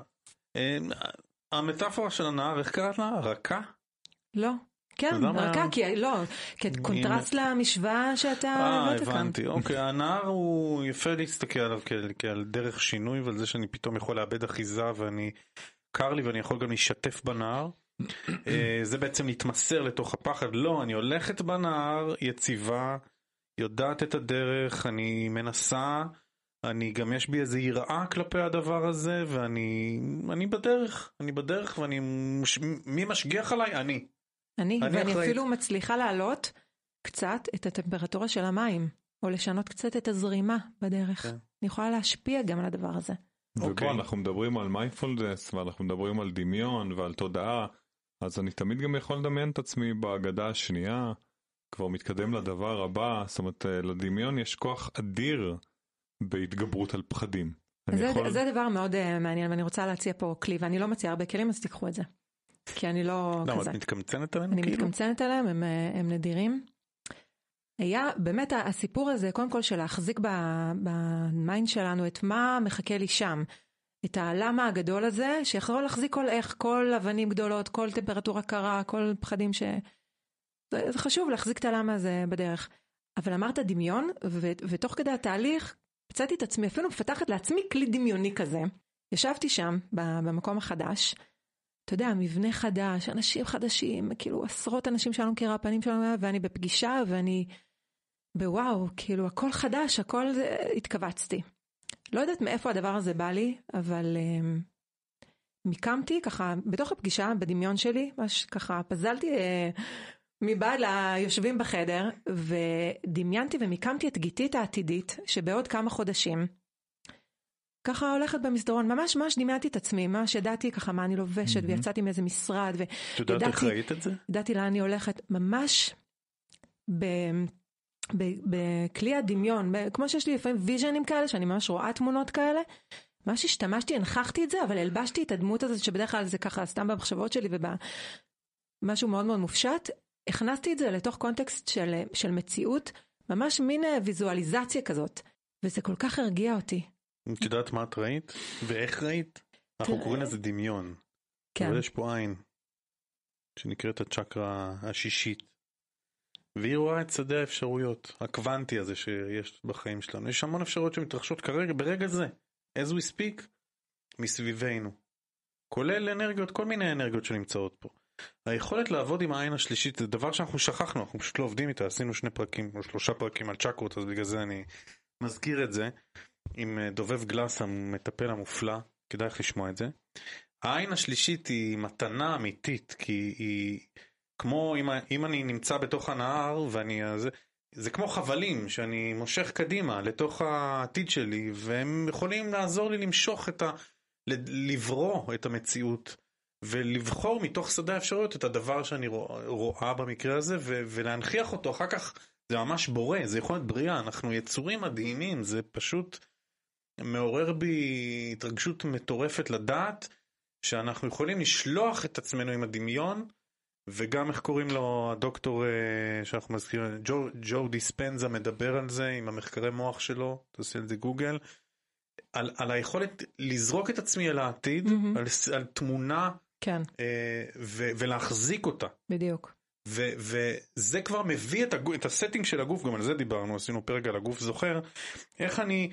המטאפורה של הנער, איך קראת לה? רכה? לא. כן, רכה, כי לא, כקונטרסט למשוואה שאתה הבאת כאן. אה, הבנתי. אוקיי, הנער הוא יפה להסתכל עליו כעל דרך שינוי, ועל זה שאני פתאום יכול לאבד אחיזה, ואני קר לי ואני יכול גם להשתף בנער. זה בעצם להתמסר לתוך הפחד. לא, אני הולכת בנער, יציבה, יודעת את הדרך, אני מנסה, אני גם יש בי איזו יראה כלפי הדבר הזה, ואני אני בדרך, אני בדרך, ואני, מי משגיח עליי? אני. אני, אני ואני אחראית. אפילו מצליחה לעלות קצת את הטמפרטורה של המים, או לשנות קצת את הזרימה בדרך. Okay. אני יכולה להשפיע גם על הדבר הזה. ובוא, okay. אנחנו מדברים על מיינדפולנס, ואנחנו מדברים על דמיון ועל תודעה, אז אני תמיד גם יכול לדמיין את עצמי בהגדה השנייה, כבר מתקדם לדבר הבא, זאת אומרת, לדמיון יש כוח אדיר בהתגברות על פחדים. זה, יכול... זה דבר מאוד uh, מעניין, ואני רוצה להציע פה כלי, ואני לא מציעה הרבה כלים, אז תיקחו את זה. כי אני לא כזה. למה, את מתקמצנת עליהם? אני כאילו? מתקמצנת עליהם, הם, הם נדירים. היה באמת הסיפור הזה, קודם כל של להחזיק במיינד שלנו, את מה מחכה לי שם. את הלמה הגדול הזה, שיכול להחזיק כל איך, כל אבנים גדולות, כל טמפרטורה קרה, כל פחדים ש... זה, זה חשוב להחזיק את הלמה הזה בדרך. אבל אמרת דמיון, ו, ותוך כדי התהליך, מצאתי את עצמי, אפילו מפתחת לעצמי כלי דמיוני כזה. ישבתי שם, במקום החדש, אתה יודע, מבנה חדש, אנשים חדשים, כאילו עשרות אנשים שלנו מכירה, הפנים שלנו, ואני בפגישה, ואני בוואו, כאילו הכל חדש, הכל התכווצתי. לא יודעת מאיפה הדבר הזה בא לי, אבל um, מיקמתי ככה, בתוך הפגישה, בדמיון שלי, מש, ככה פזלתי uh, מבעד ליושבים בחדר, ודמיינתי ומיקמתי את גיתית העתידית, שבעוד כמה חודשים, ככה הולכת במסדרון, ממש ממש דמיינתי את עצמי, ממש ידעתי ככה מה אני לובשת, mm-hmm. ויצאתי מאיזה משרד, וידעתי, איך ראית את זה? ידעתי לאן אני הולכת, ממש ב... בכלי הדמיון, כמו שיש לי לפעמים ויז'נים כאלה, שאני ממש רואה תמונות כאלה, ממש השתמשתי, הנחחתי את זה, אבל הלבשתי את הדמות הזאת, שבדרך כלל זה ככה סתם במחשבות שלי, ובמשהו מאוד מאוד מופשט, הכנסתי את זה לתוך קונטקסט של, של מציאות, ממש מין ויזואליזציה כזאת, וזה כל כך הרגיע אותי. את יודעת מה את ראית? ואיך ראית? אנחנו קוראים לזה דמיון. כן. אבל יש פה עין, שנקראת הצ'קרה השישית. והיא רואה את שדה האפשרויות, הקוונטי הזה שיש בחיים שלנו. יש המון אפשרויות שמתרחשות כרגע, ברגע זה, as we speak, מסביבנו. כולל אנרגיות, כל מיני אנרגיות שנמצאות פה. היכולת לעבוד עם העין השלישית, זה דבר שאנחנו שכחנו, אנחנו פשוט לא עובדים איתה, עשינו שני פרקים, או שלושה פרקים על צ'קרות, אז בגלל זה אני מזכיר את זה, עם דובב גלס המטפל המופלא, כדאי לך לשמוע את זה. העין השלישית היא מתנה אמיתית, כי היא... כמו אם, אם אני נמצא בתוך הנהר, ואני, זה, זה כמו חבלים שאני מושך קדימה לתוך העתיד שלי, והם יכולים לעזור לי למשוך את ה... לברוא את המציאות, ולבחור מתוך שדה האפשרויות את הדבר שאני רואה במקרה הזה, ו, ולהנחיח אותו. אחר כך זה ממש בורא, זה יכול להיות בריאה, אנחנו יצורים מדהימים, זה פשוט מעורר בי התרגשות מטורפת לדעת, שאנחנו יכולים לשלוח את עצמנו עם הדמיון, וגם איך קוראים לו הדוקטור שאנחנו מזכירים, ג'ו, ג'ו דיספנזה מדבר על זה עם המחקרי מוח שלו, תעשה על זה גוגל, על, על היכולת לזרוק את עצמי אל העתיד, mm-hmm. על, על תמונה, כן. ו, ולהחזיק אותה. בדיוק. ו, וזה כבר מביא את, הגוף, את הסטינג של הגוף, גם על זה דיברנו, עשינו פרק על הגוף, זוכר, איך אני...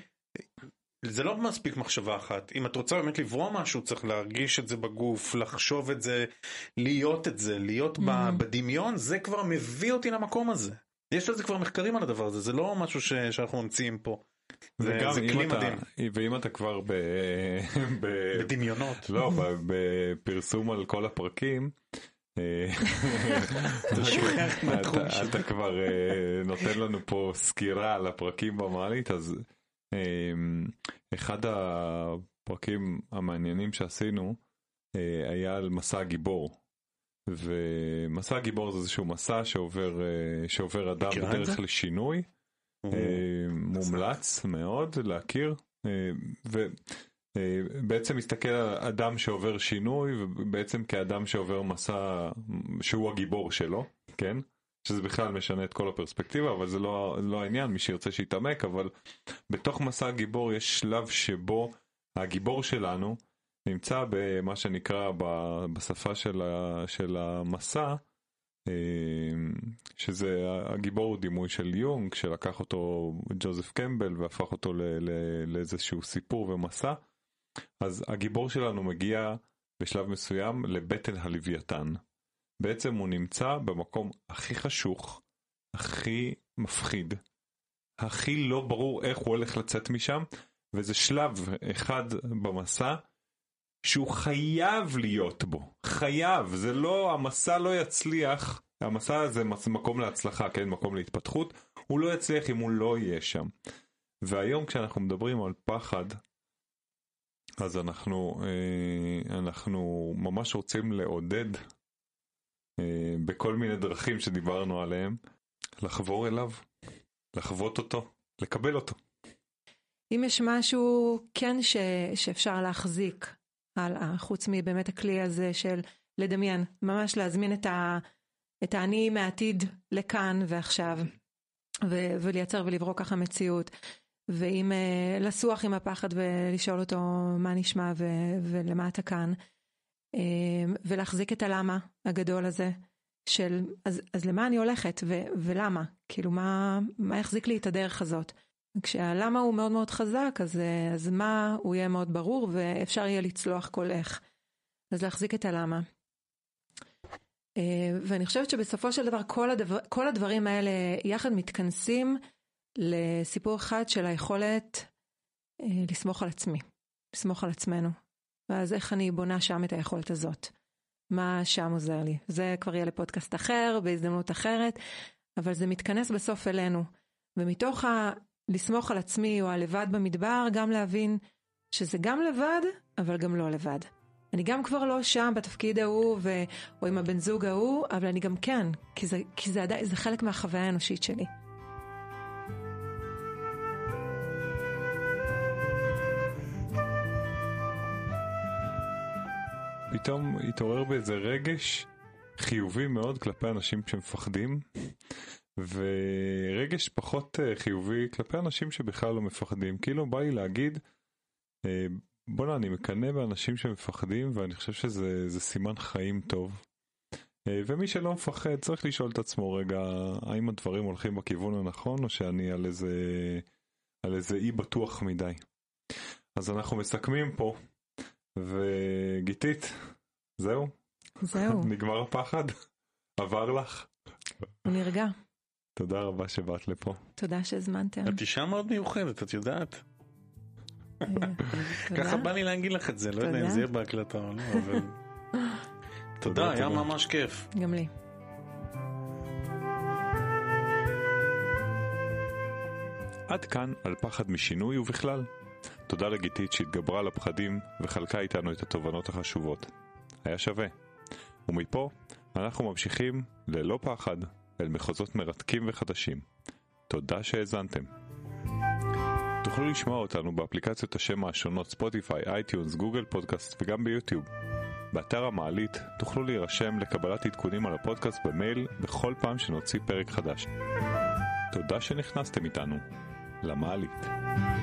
זה לא מספיק מחשבה אחת. אם את רוצה באמת לברוא משהו, צריך להרגיש את זה בגוף, לחשוב את זה, להיות את זה, להיות mm-hmm. בדמיון, זה כבר מביא אותי למקום הזה. יש לזה כבר מחקרים על הדבר הזה, זה לא משהו ש... שאנחנו ממציאים פה. זה, זה כלי אתה, מדהים. ואם אתה כבר ב... ב... בדמיונות. לא, בפרסום על כל הפרקים, אתה כבר נותן לנו פה סקירה על הפרקים במעלית, אז... אחד הפרקים המעניינים שעשינו היה על מסע הגיבור, ומסע הגיבור זה איזשהו מסע שעובר, שעובר אדם בדרך לשינוי, מומלץ מאוד להכיר, ובעצם מסתכל על אדם שעובר שינוי, ובעצם כאדם שעובר מסע שהוא הגיבור שלו, כן? שזה בכלל משנה את כל הפרספקטיבה, אבל זה לא, לא העניין, מי שירצה שיתעמק, אבל בתוך מסע הגיבור יש שלב שבו הגיבור שלנו נמצא במה שנקרא בשפה של, ה, של המסע, שזה הגיבור הוא דימוי של יונג, שלקח אותו ג'וזף קמבל והפך אותו ל, ל, לאיזשהו סיפור ומסע. אז הגיבור שלנו מגיע בשלב מסוים לבטן הלוויתן. בעצם הוא נמצא במקום הכי חשוך, הכי מפחיד, הכי לא ברור איך הוא הולך לצאת משם, וזה שלב אחד במסע שהוא חייב להיות בו, חייב, זה לא, המסע לא יצליח, המסע זה מקום להצלחה, כן, מקום להתפתחות, הוא לא יצליח אם הוא לא יהיה שם. והיום כשאנחנו מדברים על פחד, אז אנחנו, אנחנו ממש רוצים לעודד, בכל מיני דרכים שדיברנו עליהם, לחבור אליו, לחוות אותו, לקבל אותו. אם יש משהו כן ש... שאפשר להחזיק הלאה, חוץ מבאמת הכלי הזה של לדמיין, ממש להזמין את, ה... את האני מהעתיד לכאן ועכשיו, ו... ולייצר ולברוא ככה מציאות, ואם uh, לסוח עם הפחד ולשאול אותו מה נשמע ו... ולמה אתה כאן, ולהחזיק את הלמה הגדול הזה של אז, אז למה אני הולכת ו, ולמה, כאילו מה, מה יחזיק לי את הדרך הזאת. כשהלמה הוא מאוד מאוד חזק, אז, אז מה הוא יהיה מאוד ברור ואפשר יהיה לצלוח כל איך. אז להחזיק את הלמה. ואני חושבת שבסופו של דבר כל, הדבר, כל הדברים האלה יחד מתכנסים לסיפור אחד של היכולת לסמוך על עצמי, לסמוך על עצמנו. ואז איך אני בונה שם את היכולת הזאת. מה שם עוזר לי. זה כבר יהיה לפודקאסט אחר, בהזדמנות אחרת, אבל זה מתכנס בסוף אלינו. ומתוך ה... לסמוך על עצמי או הלבד במדבר, גם להבין שזה גם לבד, אבל גם לא לבד. אני גם כבר לא שם בתפקיד ההוא, ו... או עם הבן זוג ההוא, אבל אני גם כן, כי זה, כי זה, עדיין, זה חלק מהחוויה האנושית שלי. פתאום התעורר באיזה רגש חיובי מאוד כלפי אנשים שמפחדים, ורגש פחות חיובי כלפי אנשים שבכלל לא מפחדים. כאילו בא לי להגיד, בוא'נה, אני מקנא באנשים שמפחדים, ואני חושב שזה זה סימן חיים טוב. ומי שלא מפחד צריך לשאול את עצמו רגע, האם הדברים הולכים בכיוון הנכון, או שאני על איזה, על איזה אי בטוח מדי. אז אנחנו מסכמים פה, וגיתית, זהו? זהו. נגמר הפחד? עבר לך? הוא נרגע. תודה רבה שבאת לפה. תודה שהזמנתם. את אישה מאוד מיוחדת, את יודעת? ככה בא לי להגיד לך את זה, לא יודע אם זה יהיה בהקלטה או לא, אבל... תודה, היה ממש כיף. גם לי. עד כאן על פחד משינוי ובכלל. תודה לגיתית שהתגברה על הפחדים וחלקה איתנו את התובנות החשובות. היה שווה. ומפה אנחנו ממשיכים ללא פחד אל מחוזות מרתקים וחדשים. תודה שהאזנתם. תוכלו לשמוע אותנו באפליקציות השם השונות ספוטיפיי, אייטיונס, גוגל פודקאסט וגם ביוטיוב. באתר המעלית תוכלו להירשם לקבלת עדכונים על הפודקאסט במייל בכל פעם שנוציא פרק חדש. תודה שנכנסתם איתנו למעלית.